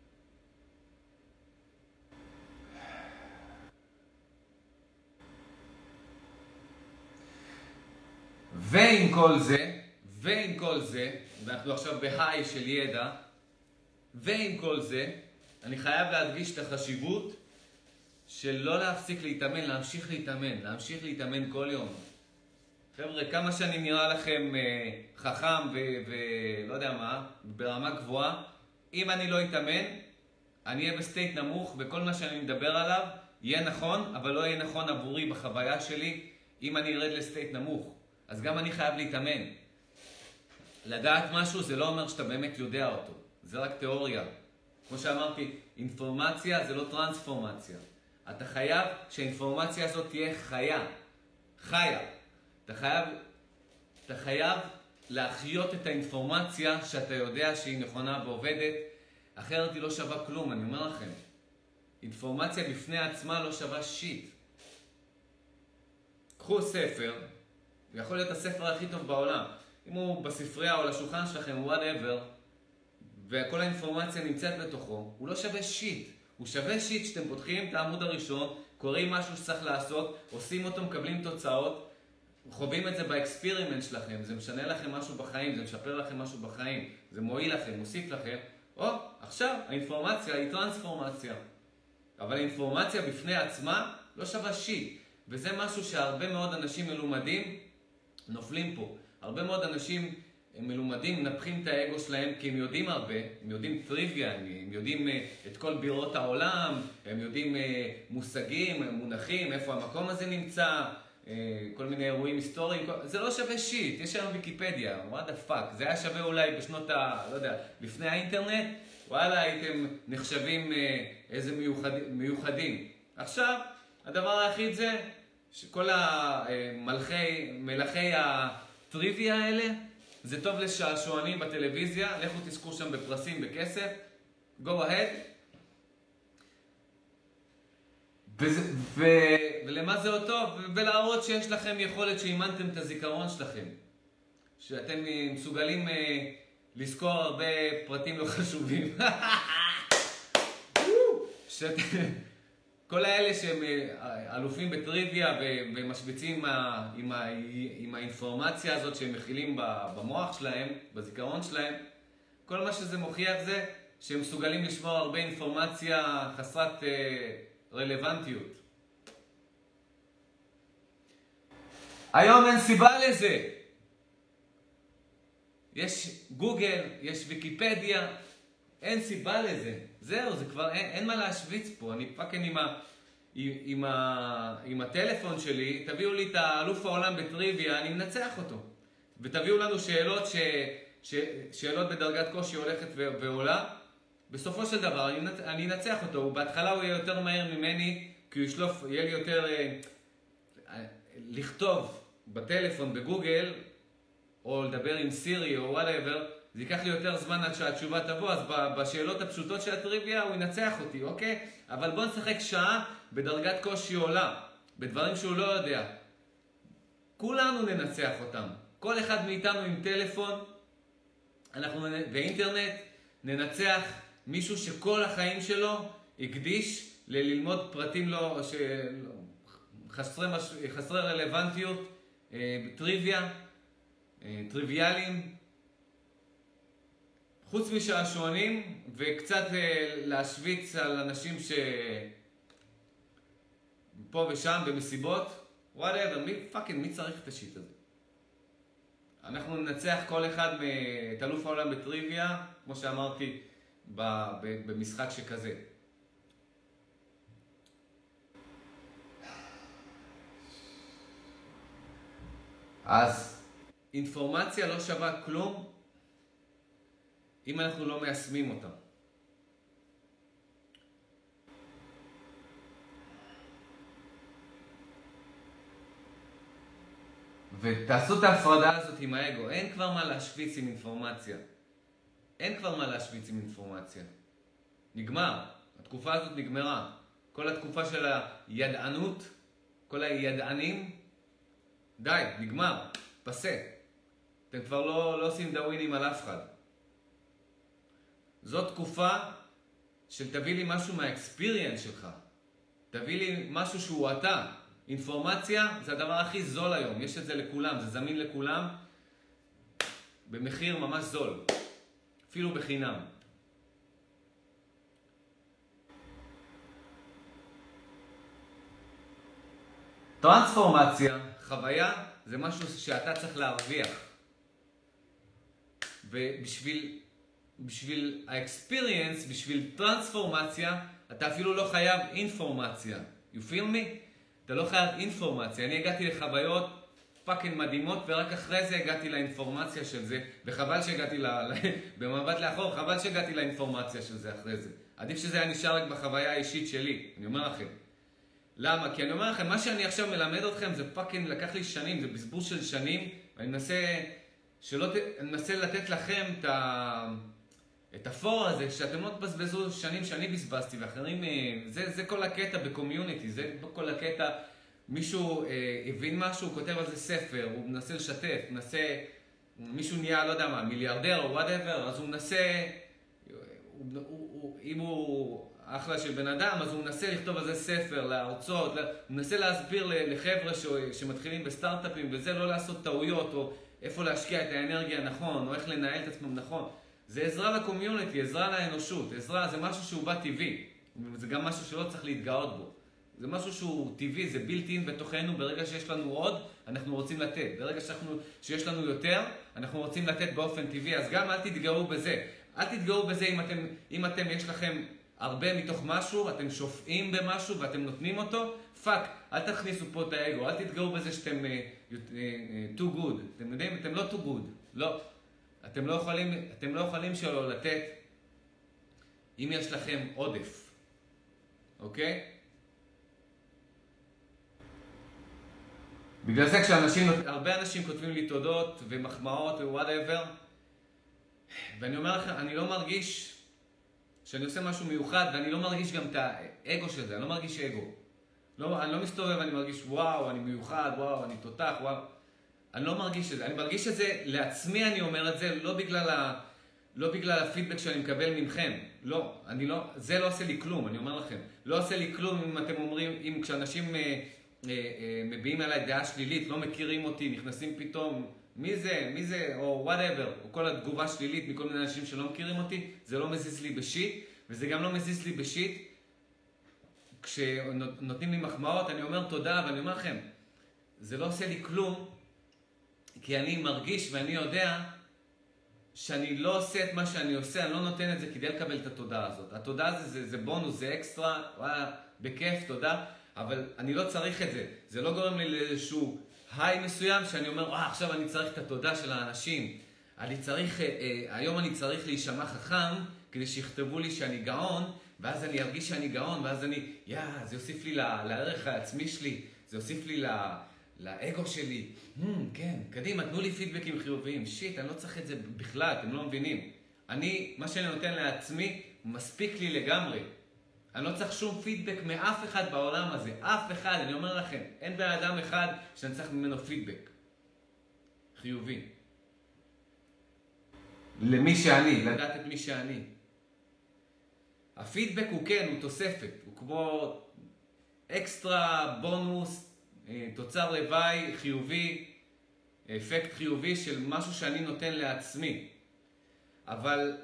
Speaker 1: ועם כל זה, ועם כל זה, ואנחנו עכשיו בהיי של ידע, ועם כל זה, אני חייב להדגיש את החשיבות של לא להפסיק להתאמן, להמשיך להתאמן, להמשיך להתאמן כל יום. חבר'ה, כמה שאני נראה לכם אה, חכם ולא יודע מה, ברמה גבוהה, אם אני לא אתאמן, אני אהיה בסטייט נמוך, וכל מה שאני מדבר עליו יהיה נכון, אבל לא יהיה נכון עבורי בחוויה שלי, אם אני ארד לסטייט נמוך. אז גם אני חייב להתאמן. לדעת משהו זה לא אומר שאתה באמת יודע אותו. זה רק תיאוריה. כמו שאמרתי, אינפורמציה זה לא טרנספורמציה. אתה חייב שהאינפורמציה הזאת תהיה חיה. חיה. אתה חייב, אתה חייב להחיות את האינפורמציה שאתה יודע שהיא נכונה ועובדת, אחרת היא לא שווה כלום, אני אומר לכם. אינפורמציה בפני עצמה לא שווה שיט. קחו ספר, יכול להיות הספר הכי טוב בעולם. אם הוא בספרייה או על השולחן שלכם, whatever, וכל האינפורמציה נמצאת בתוכו, הוא לא שווה שיט. הוא שווה שיט שאתם פותחים את העמוד הראשון, קוראים משהו שצריך לעשות, עושים אותו, מקבלים תוצאות, חווים את זה באקספירימנט שלכם, זה משנה לכם משהו בחיים, זה משפר לכם משהו בחיים, זה מועיל לכם, מוסיף לכם. או, עכשיו, האינפורמציה היא טרנספורמציה. אבל האינפורמציה בפני עצמה לא שווה שיט. וזה משהו שהרבה מאוד אנשים מלומדים נופלים פה. הרבה מאוד אנשים מלומדים נפחים את האגו שלהם כי הם יודעים הרבה, הם יודעים טריוויה, הם יודעים את כל בירות העולם, הם יודעים מושגים, מונחים, איפה המקום הזה נמצא, כל מיני אירועים היסטוריים, זה לא שווה שיט, יש היום ויקיפדיה, what the fuck, זה היה שווה אולי בשנות ה... לא יודע, לפני האינטרנט, וואלה הייתם נחשבים איזה מיוחדים, מיוחדים. עכשיו, הדבר היחיד זה שכל המלכי, מלכי הטריוויה האלה, זה טוב לשעשוענים בטלוויזיה, לכו תזכו שם בפרסים, בכסף, go ahead. וזה, ו... ולמה זה עוד טוב? ולהראות שיש לכם יכולת שאימנתם את הזיכרון שלכם. שאתם מסוגלים אה, לזכור הרבה פרטים לא חשובים. שאת... כל האלה שהם אלופים בטריוויה ומשוויצים עם, ה... עם האינפורמציה הזאת שהם מכילים במוח שלהם, בזיכרון שלהם, כל מה שזה מוכיח זה שהם מסוגלים לשמור הרבה אינפורמציה חסרת... אה, רלוונטיות. היום אין סיבה לזה. יש גוגל, יש ויקיפדיה, אין סיבה לזה. זהו, זה כבר, אין, אין מה להשוויץ פה. אני פאקן עם, ה, עם, ה, עם הטלפון שלי, תביאו לי את האלוף העולם בטריוויה, אני מנצח אותו. ותביאו לנו שאלות, ש, ש, שאלות בדרגת קושי הולכת ועולה. בסופו של דבר, אני, אני אנצח אותו. בהתחלה הוא יהיה יותר מהר ממני, כי הוא ישלוף, יהיה לי יותר אה, לכתוב בטלפון, בגוגל, או לדבר עם סירי או whatever, זה ייקח לי יותר זמן עד שהתשובה תבוא, אז בשאלות הפשוטות של הטריוויה הוא ינצח אותי, אוקיי? אבל בוא נשחק שעה בדרגת קושי עולה, בדברים שהוא לא יודע. כולנו ננצח אותם. כל אחד מאיתנו עם טלפון, אנחנו באינטרנט ננצח מישהו שכל החיים שלו הקדיש לללמוד פרטים לא, חסרי, חסרי רלוונטיות, טריוויה, טריוויאליים, חוץ משעשועונים, וקצת להשוויץ על אנשים שפה ושם במסיבות, whatever, מי, פאקינג, מי צריך את השיט הזה? אנחנו ננצח כל אחד את אלוף העולם בטריוויה, כמו שאמרתי, במשחק שכזה. אז אינפורמציה לא שווה כלום אם אנחנו לא מיישמים אותה. ותעשו את ההפרדה הזאת עם האגו. אין כבר מה להשוויץ עם אינפורמציה. אין כבר מה להשוויץ עם אינפורמציה. נגמר. התקופה הזאת נגמרה. כל התקופה של הידענות, כל הידענים, די, נגמר. פסה. אתם כבר לא, לא עושים דאווינים על אף אחד. זאת תקופה של תביא לי משהו מהאקספיריאנס שלך. תביא לי משהו שהוא אתה. אינפורמציה זה הדבר הכי זול היום. יש את זה לכולם, זה זמין לכולם. במחיר ממש זול. אפילו בחינם. טרנספורמציה, חוויה, זה משהו שאתה צריך להרוויח. ובשביל בשביל האקספיריאנס, בשביל טרנספורמציה, אתה אפילו לא חייב אינפורמציה. You feel me? אתה לא חייב אינפורמציה. אני הגעתי לחוויות פאקינג מדהימות, ורק אחרי זה הגעתי לאינפורמציה של זה, וחבל שהגעתי ל... במבט לאחור, חבל שהגעתי לאינפורמציה של זה אחרי זה. עדיף שזה היה נשאר רק בחוויה האישית שלי, אני אומר לכם. למה? כי אני אומר לכם, מה שאני עכשיו מלמד אתכם זה פאקינג לקח לי שנים, זה בזבוז של שנים, ואני מנסה, שלא ת... אני מנסה לתת לכם את ה... את הפור הזה, שאתם לא תבזבזו שנים שאני בזבזתי, ואחרים, זה, זה כל הקטע בקומיוניטי, זה כל הקטע, מישהו אה, הבין משהו, הוא כותב על זה ספר, הוא מנסה לשתף, מנסה, מישהו נהיה, לא יודע מה, מיליארדר או whatever, אז הוא מנסה, הוא, הוא, הוא, אם הוא אחלה של בן אדם, אז הוא מנסה לכתוב על זה ספר, להרצות, הוא מנסה להסביר לחבר'ה ש, שמתחילים בסטארט-אפים, וזה לא לעשות טעויות, או איפה להשקיע את האנרגיה נכון, או איך לנהל את עצמם נכון. זה עזרה לקומיוניטי, עזרה לאנושות, עזרה, זה משהו שהוא בא טבעי. זה גם משהו שלא צריך להתגאות בו. זה משהו שהוא טבעי, זה בילט-אין בתוכנו, ברגע שיש לנו עוד, אנחנו רוצים לתת. ברגע שאנחנו, שיש לנו יותר, אנחנו רוצים לתת באופן טבעי, אז גם אל תתגאו בזה. אל תתגאו בזה אם אתם, אם אתם, יש לכם הרבה מתוך משהו, אתם שופעים במשהו ואתם נותנים אותו, פאק, אל תכניסו פה את האגו, אל תתגאו בזה שאתם uh, uh, uh, too good. אתם יודעים, אתם לא too good. לא. אתם לא יכולים, אתם לא יכולים שלא לתת אם יש לכם עודף, אוקיי? בגלל זה כשאנשים, הרבה אנשים כותבים לי תודות ומחמאות ו-whatever, ואני אומר לכם, אני לא מרגיש שאני עושה משהו מיוחד, ואני לא מרגיש גם את האגו של זה, אני לא מרגיש אגו. לא, אני לא מסתובב, אני מרגיש וואו, אני מיוחד, וואו, אני תותח, וואו. אני לא מרגיש את זה, אני מרגיש את זה, לעצמי אני אומר את זה, לא בגלל, ה, לא בגלל הפידבק שאני מקבל ממכם. לא, אני לא, זה לא עושה לי כלום, אני אומר לכם. לא עושה לי כלום אם אתם אומרים, אם כשאנשים אה, אה, אה, מביעים עליי דעה שלילית, לא מכירים אותי, נכנסים פתאום, מי זה, מי זה, או whatever, או כל התגובה שלילית מכל מיני אנשים שלא מכירים אותי, זה לא מזיז לי בשיט, וזה גם לא מזיז לי בשיט. כשנותנים לי מחמאות, אני אומר תודה, ואני אומר לכם, זה לא עושה לי כלום, כי אני מרגיש ואני יודע שאני לא עושה את מה שאני עושה, אני לא נותן את זה כדי לקבל את התודה הזאת. התודה הזה זה, זה בונוס, זה אקסטרה, וואלה, בכיף, תודה, אבל אני לא צריך את זה. זה לא גורם לי לאיזשהו היי מסוים שאני אומר, וואה, עכשיו אני צריך את התודה של האנשים. אני צריך, אה, אה, היום אני צריך להישמע חכם כדי שיכתבו לי שאני גאון, ואז אני ארגיש שאני גאון, ואז אני, יא, זה יוסיף לי לערך העצמי שלי, זה יוסיף לי ל... לאגו שלי, hmm, כן, קדימה, תנו לי פידבקים חיוביים, שיט, אני לא צריך את זה בכלל, אתם לא מבינים. אני, מה שאני נותן לעצמי, מספיק לי לגמרי. אני לא צריך שום פידבק מאף אחד בעולם הזה, אף אחד, אני אומר לכם, אין בן אדם אחד שאני צריך ממנו פידבק חיובי. למי שאני, לדעת את מי שאני. הפידבק הוא כן, הוא תוספת, הוא כמו אקסטרה, בונוס, תוצר לוואי, חיובי, אפקט חיובי של משהו שאני נותן לעצמי. אבל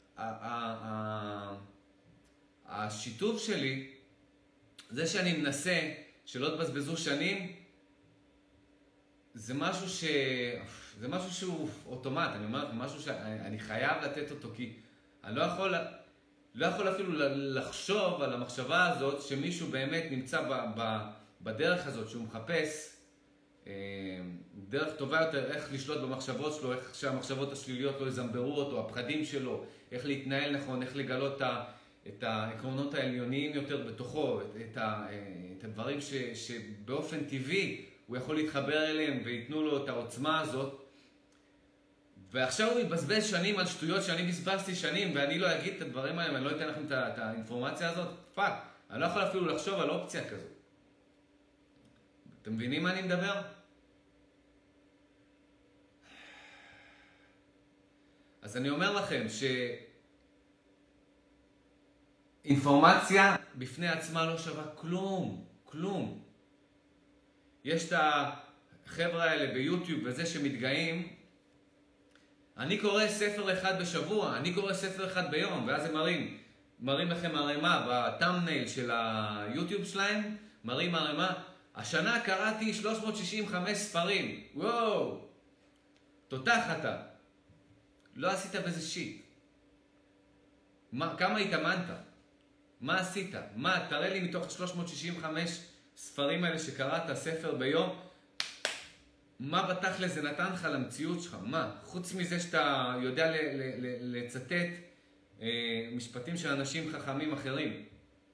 Speaker 1: השיתוף שלי, זה שאני מנסה שלא תבזבזו שנים, זה משהו ש... זה משהו שהוא אוטומט, אני אומר לכם, משהו שאני חייב לתת אותו, כי אני לא יכול, לא יכול אפילו לחשוב על המחשבה הזאת שמישהו באמת נמצא ב, ב, בדרך הזאת, שהוא מחפש דרך טובה יותר, איך לשלוט במחשבות שלו, איך שהמחשבות השליליות לא יזמברו אותו, הפחדים שלו, איך להתנהל נכון, איך לגלות את העקרונות העליוניים יותר בתוכו, את, ה, את הדברים ש, שבאופן טבעי הוא יכול להתחבר אליהם ויתנו לו את העוצמה הזאת. ועכשיו הוא יבזבז שנים על שטויות שאני בזבזתי שנים, ואני לא אגיד את הדברים האלה, אני לא אתן לכם את האינפורמציה הזאת. פאק, אני לא יכול אפילו לחשוב על אופציה כזאת. אתם מבינים מה אני מדבר? אז אני אומר לכם שאינפורמציה בפני עצמה לא שווה כלום, כלום. יש את החבר'ה האלה ביוטיוב וזה שמתגאים, אני קורא ספר אחד בשבוע, אני קורא ספר אחד ביום, ואז הם מראים, מראים לכם הרמה בטאמנייל של היוטיוב שלהם, מראים הרמה, השנה קראתי שלוש מאות שישים וחמישה ספרים, וואו, תותח אתה, לא עשית בזה שיט. מה, כמה התאמנת? מה עשית? מה, תראה לי מתוך שלוש מאות שישים וחמישה ספרים האלה שקראת ספר ביום, מה בתכל'ס זה נתן לך למציאות שלך? מה? חוץ מזה שאתה יודע ל- ל- ל- לצטט אה, משפטים של אנשים חכמים אחרים.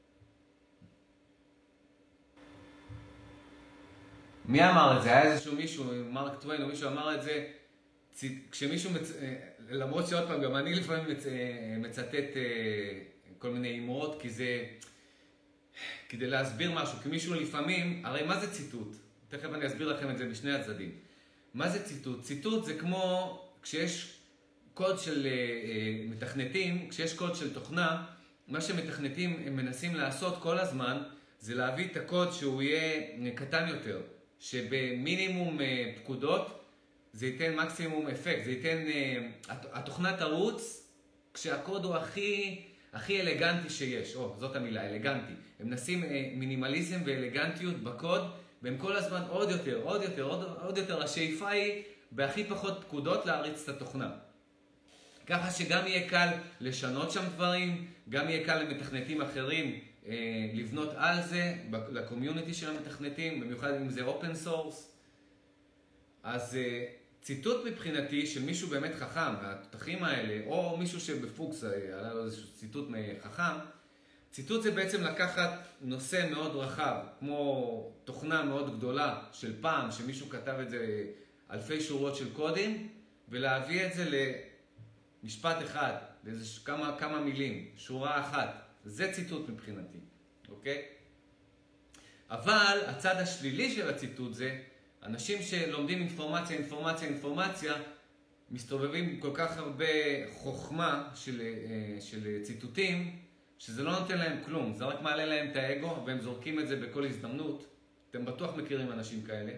Speaker 1: מי אמר את זה? היה איזשהו מישהו, מרק טוויין או מישהו אמר את זה, צ... כשמישהו, מצ... למרות שעוד פעם, גם אני לפעמים מצ... מצטט אה, כל מיני אמרות, כי זה, כדי להסביר משהו, כי מישהו לפעמים, הרי מה זה ציטוט? תכף אני אסביר לכם את זה בשני הצדדים. מה זה ציטוט? ציטוט זה כמו כשיש קוד של uh, מתכנתים, כשיש קוד של תוכנה, מה שמתכנתים הם מנסים לעשות כל הזמן, זה להביא את הקוד שהוא יהיה קטן יותר, שבמינימום uh, פקודות זה ייתן מקסימום אפקט, זה ייתן, uh, התוכנה תרוץ כשהקוד הוא הכי, הכי אלגנטי שיש, או זאת המילה, אלגנטי. הם מנסים uh, מינימליזם ואלגנטיות בקוד, והם כל הזמן עוד יותר, עוד יותר, עוד, עוד יותר. השאיפה היא בהכי פחות פקודות להריץ את התוכנה. ככה שגם יהיה קל לשנות שם דברים, גם יהיה קל למתכנתים אחרים אה, לבנות על זה, לקומיוניטי של המתכנתים, במיוחד אם זה אופן סורס. אז אה, ציטוט מבחינתי של מישהו באמת חכם, והתותחים האלה, או מישהו שבפוקס עלה לו איזשהו ציטוט חכם, ציטוט זה בעצם לקחת נושא מאוד רחב, כמו תוכנה מאוד גדולה של פעם, שמישהו כתב את זה אלפי שורות של קודים, ולהביא את זה למשפט אחד, לאיזה כמה, כמה מילים, שורה אחת. זה ציטוט מבחינתי, אוקיי? אבל הצד השלילי של הציטוט זה, אנשים שלומדים אינפורמציה, אינפורמציה, אינפורמציה, מסתובבים כל כך הרבה חוכמה של, של ציטוטים, שזה לא נותן להם כלום, זה רק מעלה להם את האגו, והם זורקים את זה בכל הזדמנות. אתם בטוח מכירים אנשים כאלה.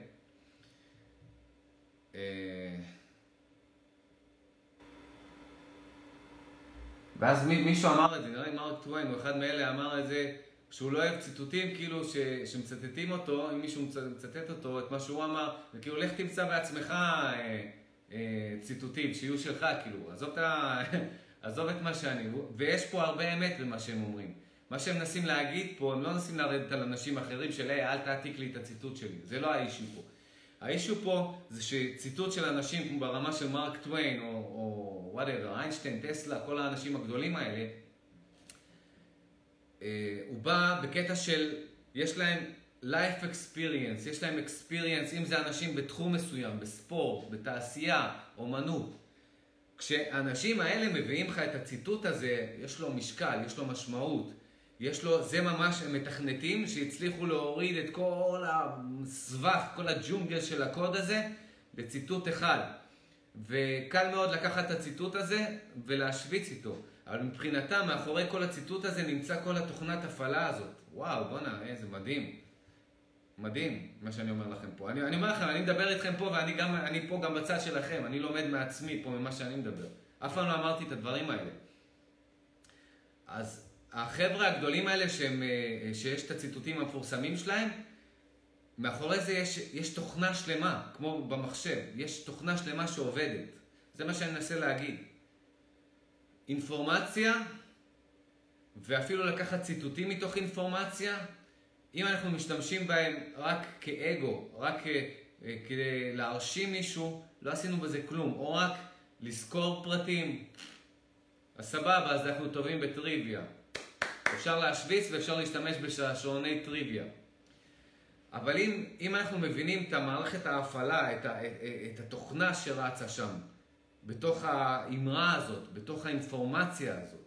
Speaker 1: ואז מישהו אמר את זה, נראה לי מרק טוויין, הוא אחד מאלה אמר את זה, שהוא לא אוהב ציטוטים, כאילו ש, שמצטטים אותו, אם מישהו מצטט אותו, את מה שהוא אמר, וכאילו לך תמצא בעצמך אה, אה, ציטוטים, שיהיו שלך, כאילו, עזוב את ה... עזוב את מה שאני, ויש פה הרבה אמת במה שהם אומרים. מה שהם מנסים להגיד פה, הם לא מנסים לרדת על אנשים אחרים של, אל תעתיק לי את הציטוט שלי. זה לא האישו פה. האישו פה זה שציטוט של אנשים כמו ברמה של מרק טוויין, או, או whatever, איינשטיין, טסלה, כל האנשים הגדולים האלה, הוא בא בקטע של, יש להם life experience, יש להם experience, אם זה אנשים בתחום מסוים, בספורט, בתעשייה, אומנות. כשאנשים האלה מביאים לך את הציטוט הזה, יש לו משקל, יש לו משמעות, יש לו, זה ממש מתכנתים שהצליחו להוריד את כל הסבך, כל הג'ונגל של הקוד הזה, בציטוט אחד. וקל מאוד לקחת את הציטוט הזה ולהשוויץ איתו. אבל מבחינתם, מאחורי כל הציטוט הזה נמצא כל התוכנת הפעלה הזאת. וואו, בוא'נה, איזה מדהים. מדהים, מה שאני אומר לכם פה. אני, אני אומר לכם, אני מדבר איתכם פה, ואני גם, אני פה גם בצד שלכם. אני לומד מעצמי פה ממה שאני מדבר. אף פעם לא אמרתי את הדברים האלה. אז החבר'ה הגדולים האלה, שהם, שיש את הציטוטים המפורסמים שלהם, מאחורי זה יש, יש תוכנה שלמה, כמו במחשב. יש תוכנה שלמה שעובדת. זה מה שאני מנסה להגיד. אינפורמציה, ואפילו לקחת ציטוטים מתוך אינפורמציה, אם אנחנו משתמשים בהם רק כאגו, רק כדי להרשים מישהו, לא עשינו בזה כלום. או רק לזכור פרטים. אז סבבה, אז אנחנו טובים בטריוויה. אפשר להשוויץ ואפשר להשתמש בשעשוני טריוויה. אבל אם, אם אנחנו מבינים את המערכת ההפעלה, את, ה, את התוכנה שרצה שם, בתוך האמרה הזאת, בתוך האינפורמציה הזאת,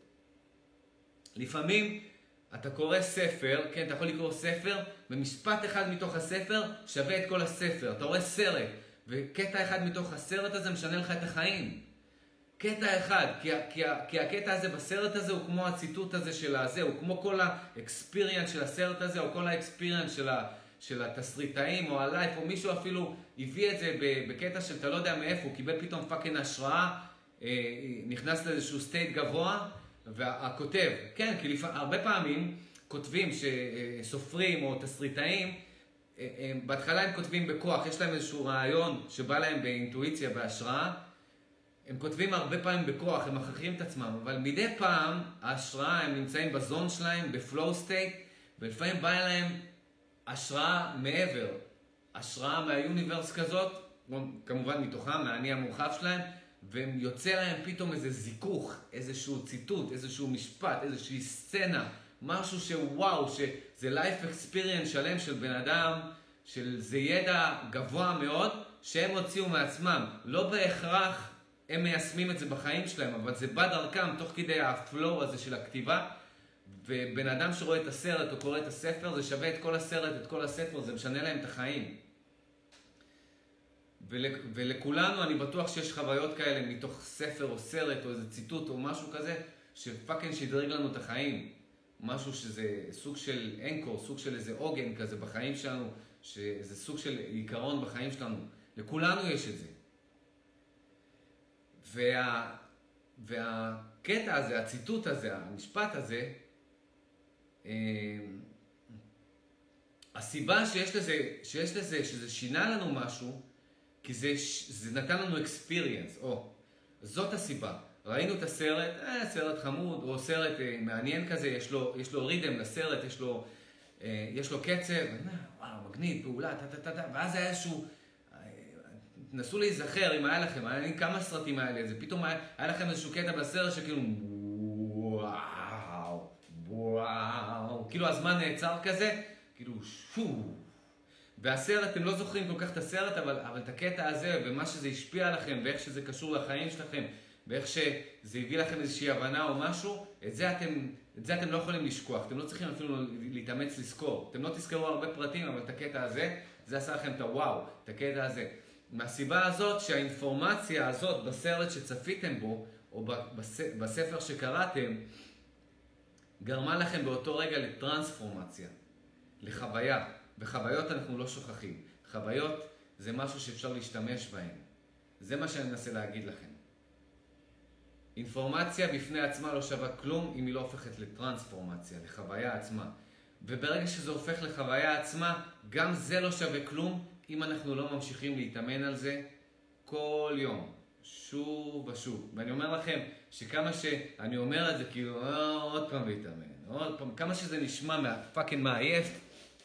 Speaker 1: לפעמים אתה קורא ספר, כן, אתה יכול לקרוא ספר, ומשפט אחד מתוך הספר שווה את כל הספר. אתה רואה סרט, וקטע אחד מתוך הסרט הזה משנה לך את החיים. קטע אחד, כי, כי, כי הקטע הזה בסרט הזה הוא כמו הציטוט הזה של הזה, הוא כמו כל האקספיריאנס של הסרט הזה, או כל האקספיריאנס של, ה, של התסריטאים, או הלייף, או מישהו אפילו הביא את זה בקטע של אתה לא יודע מאיפה, הוא קיבל פתאום פאקינג השראה, נכנס לאיזשהו סטייט גבוה, והכותב, כן, כי לפ... הרבה פעמים כותבים שסופרים או תסריטאים, בהתחלה הם כותבים בכוח, יש להם איזשהו רעיון שבא להם באינטואיציה, בהשראה, הם כותבים הרבה פעמים בכוח, הם מכריחים את עצמם, אבל מדי פעם ההשראה, הם נמצאים בזון שלהם, בפלואו סטייט, ולפעמים באה להם השראה מעבר, השראה מהיוניברס כזאת, כמובן מתוכם, מהאני המורחב שלהם, והם יוצא להם פתאום איזה זיכוך, איזשהו ציטוט, איזשהו משפט, איזושהי סצנה, משהו שוואו, שזה לייף אקספיריאנס שלם של בן אדם, של זה ידע גבוה מאוד, שהם הוציאו מעצמם. לא בהכרח הם מיישמים את זה בחיים שלהם, אבל זה בא דרכם תוך כדי הפלואו הזה של הכתיבה, ובן אדם שרואה את הסרט או קורא את הספר, זה שווה את כל הסרט, את כל הספר, זה משנה להם את החיים. ולכולנו אני בטוח שיש חוויות כאלה מתוך ספר או סרט או איזה ציטוט או משהו כזה שפאקינג שידרג לנו את החיים. משהו שזה סוג של אנקור, סוג של איזה עוגן כזה בחיים שלנו, שזה סוג של עיקרון בחיים שלנו. לכולנו יש את זה. וה... והקטע הזה, הציטוט הזה, המשפט הזה, הסיבה שיש לזה, שיש לזה, שזה שינה לנו משהו, כי זה, זה נתן לנו experience, או, זאת הסיבה. ראינו את הסרט, אה, סרט חמוד, או סרט אה, מעניין כזה, יש לו, יש לו רידם לסרט, יש לו, אה, יש לו קצב, וואו, מגניב, פעולה, טה, טה, טה, טה, ואז היה איזשהו, אה, תנסו להיזכר אם היה לכם, היה לי כמה סרטים האלה, זה פתאום היה, היה לכם איזשהו קטע בסרט שכאילו, וואו, וואו, כאילו הזמן נעצר כזה, כאילו, שוב. והסרט, אתם לא זוכרים כל כך את הסרט, אבל, אבל את הקטע הזה, ומה שזה השפיע עליכם, ואיך שזה קשור לחיים שלכם, ואיך שזה הביא לכם איזושהי הבנה או משהו, את זה אתם, את זה אתם לא יכולים לשכוח. אתם לא צריכים אפילו להתאמץ לזכור. אתם לא תזכרו הרבה פרטים, אבל את הקטע הזה, זה עשה לכם את הוואו, את הקטע הזה. מהסיבה הזאת שהאינפורמציה הזאת בסרט שצפיתם בו, או בספר שקראתם, גרמה לכם באותו רגע לטרנספורמציה, לחוויה. וחוויות אנחנו לא שוכחים. חוויות זה משהו שאפשר להשתמש בהן. זה מה שאני מנסה להגיד לכם. אינפורמציה בפני עצמה לא שווה כלום אם היא לא הופכת לטרנספורמציה, לחוויה עצמה. וברגע שזה הופך לחוויה עצמה, גם זה לא שווה כלום אם אנחנו לא ממשיכים להתאמן על זה כל יום. שוב ושוב. ואני אומר לכם שכמה שאני אומר את זה כאילו, אה, עוד פעם להתאמן, עוד פעם, כמה שזה נשמע פאקינג מעייף,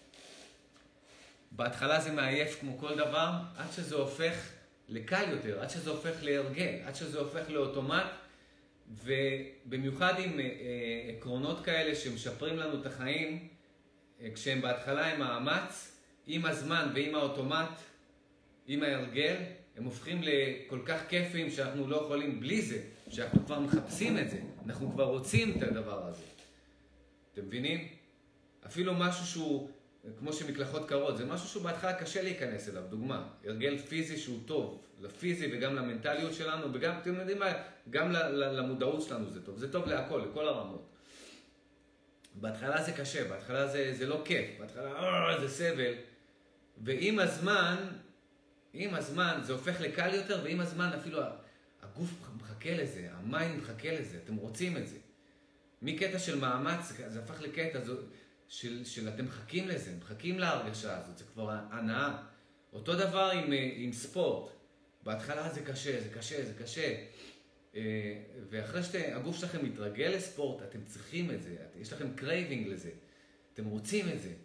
Speaker 1: בהתחלה זה מעייף כמו כל דבר, עד שזה הופך לקל יותר, עד שזה הופך להרגל, עד שזה הופך לאוטומט, ובמיוחד עם אה, אה, עקרונות כאלה שמשפרים לנו את החיים, אה, כשהם בהתחלה הם מאמץ, עם הזמן ועם האוטומט, עם ההרגל, הם הופכים לכל כך כיפים שאנחנו לא יכולים בלי זה, שאנחנו כבר מחפשים את זה, אנחנו כבר רוצים את הדבר הזה. אתם מבינים? אפילו משהו שהוא כמו שמקלחות קרות, זה משהו שהוא בהתחלה קשה להיכנס אליו, דוגמה, הרגל פיזי שהוא טוב, לפיזי וגם למנטליות שלנו, וגם, אתם יודעים מה, גם למודעות שלנו זה טוב, זה טוב להכל, לכל הרמות. בהתחלה זה קשה, בהתחלה זה, זה לא כיף, בהתחלה זה סבל, ועם הזמן, עם הזמן זה הופך לקל יותר, ועם הזמן אפילו הגוף מחכה לזה, המיינד מחכה לזה, אתם רוצים את זה. מקטע של מאמץ, זה הפך לקטע של, של אתם מחכים לזה, מחכים להרגשה הזאת, זה כבר הנאה. אותו דבר עם, עם ספורט, בהתחלה זה קשה, זה קשה, זה קשה. ואחרי שהגוף שלכם מתרגל לספורט, אתם צריכים את זה, יש לכם קרייבינג לזה, אתם רוצים את זה.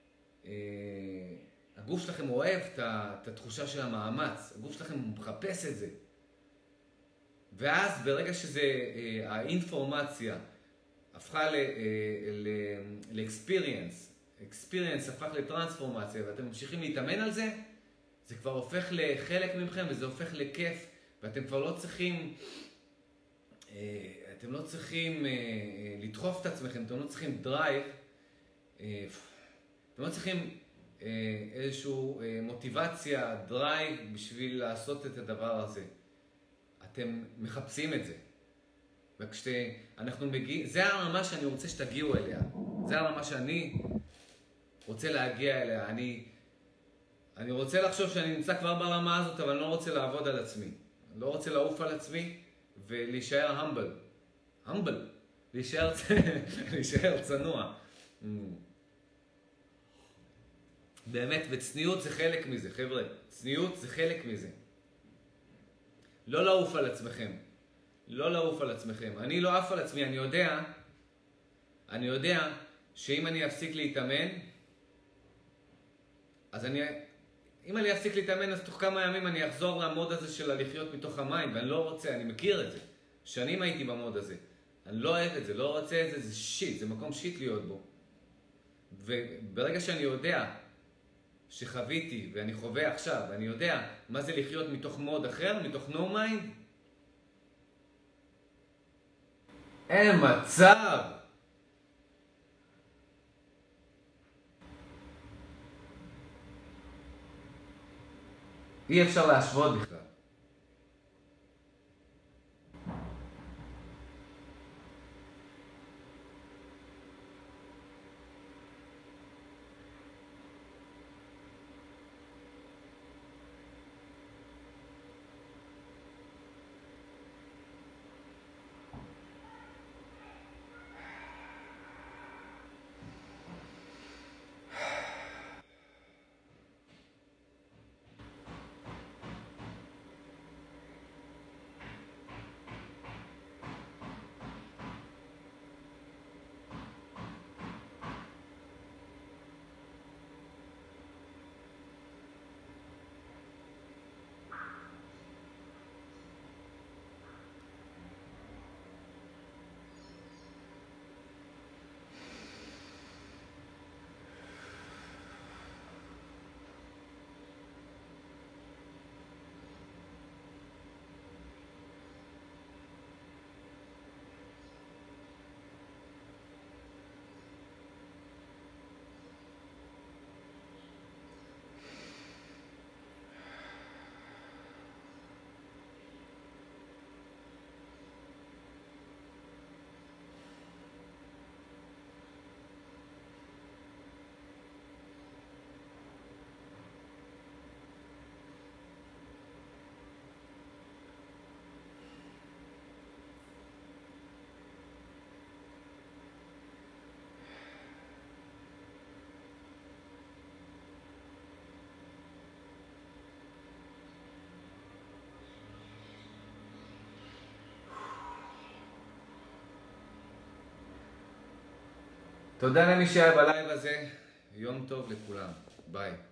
Speaker 1: הגוף שלכם אוהב את התחושה של המאמץ, הגוף שלכם מחפש את זה. ואז ברגע שזה, האינפורמציה הפכה ל-experience, experience הפך לטרנספורמציה, ואתם ממשיכים להתאמן על זה, זה כבר הופך לחלק ממכם, וזה הופך לכיף, ואתם כבר לא צריכים, אתם לא צריכים לדחוף את עצמכם, אתם לא צריכים דרייב, אתם לא צריכים איזושהי מוטיבציה, דרייב, בשביל לעשות את הדבר הזה. אתם מחפשים את זה. וכשאנחנו מגיעים, זה הרמה שאני רוצה שתגיעו אליה. זה הרמה שאני רוצה להגיע אליה. אני, אני רוצה לחשוב שאני נמצא כבר ברמה הזאת, אבל אני לא רוצה לעבוד על עצמי. אני לא רוצה לעוף על עצמי ולהישאר humble. humble. להישאר, להישאר צנוע. באמת, וצניעות זה חלק מזה, חבר'ה. צניעות זה חלק מזה. לא לעוף על עצמכם. לא לעוף על עצמכם. אני לא עף על עצמי, אני יודע, אני יודע שאם אני אפסיק להתאמן, אז אני, אם אני אפסיק להתאמן, אז תוך כמה ימים אני אחזור למוד הזה של לחיות מתוך המים, ואני לא רוצה, אני מכיר את זה. שנים הייתי במוד הזה. אני לא אוהב את זה, לא רוצה את זה, זה שיט, זה מקום שיט להיות בו. וברגע שאני יודע שחוויתי ואני חווה עכשיו, ואני יודע מה זה לחיות מתוך מוד אחר, מתוך no mind, אין מצב. אי אפשר להשוות בכלל. תודה למי שהיה בלייב הזה, יום טוב לכולם, ביי.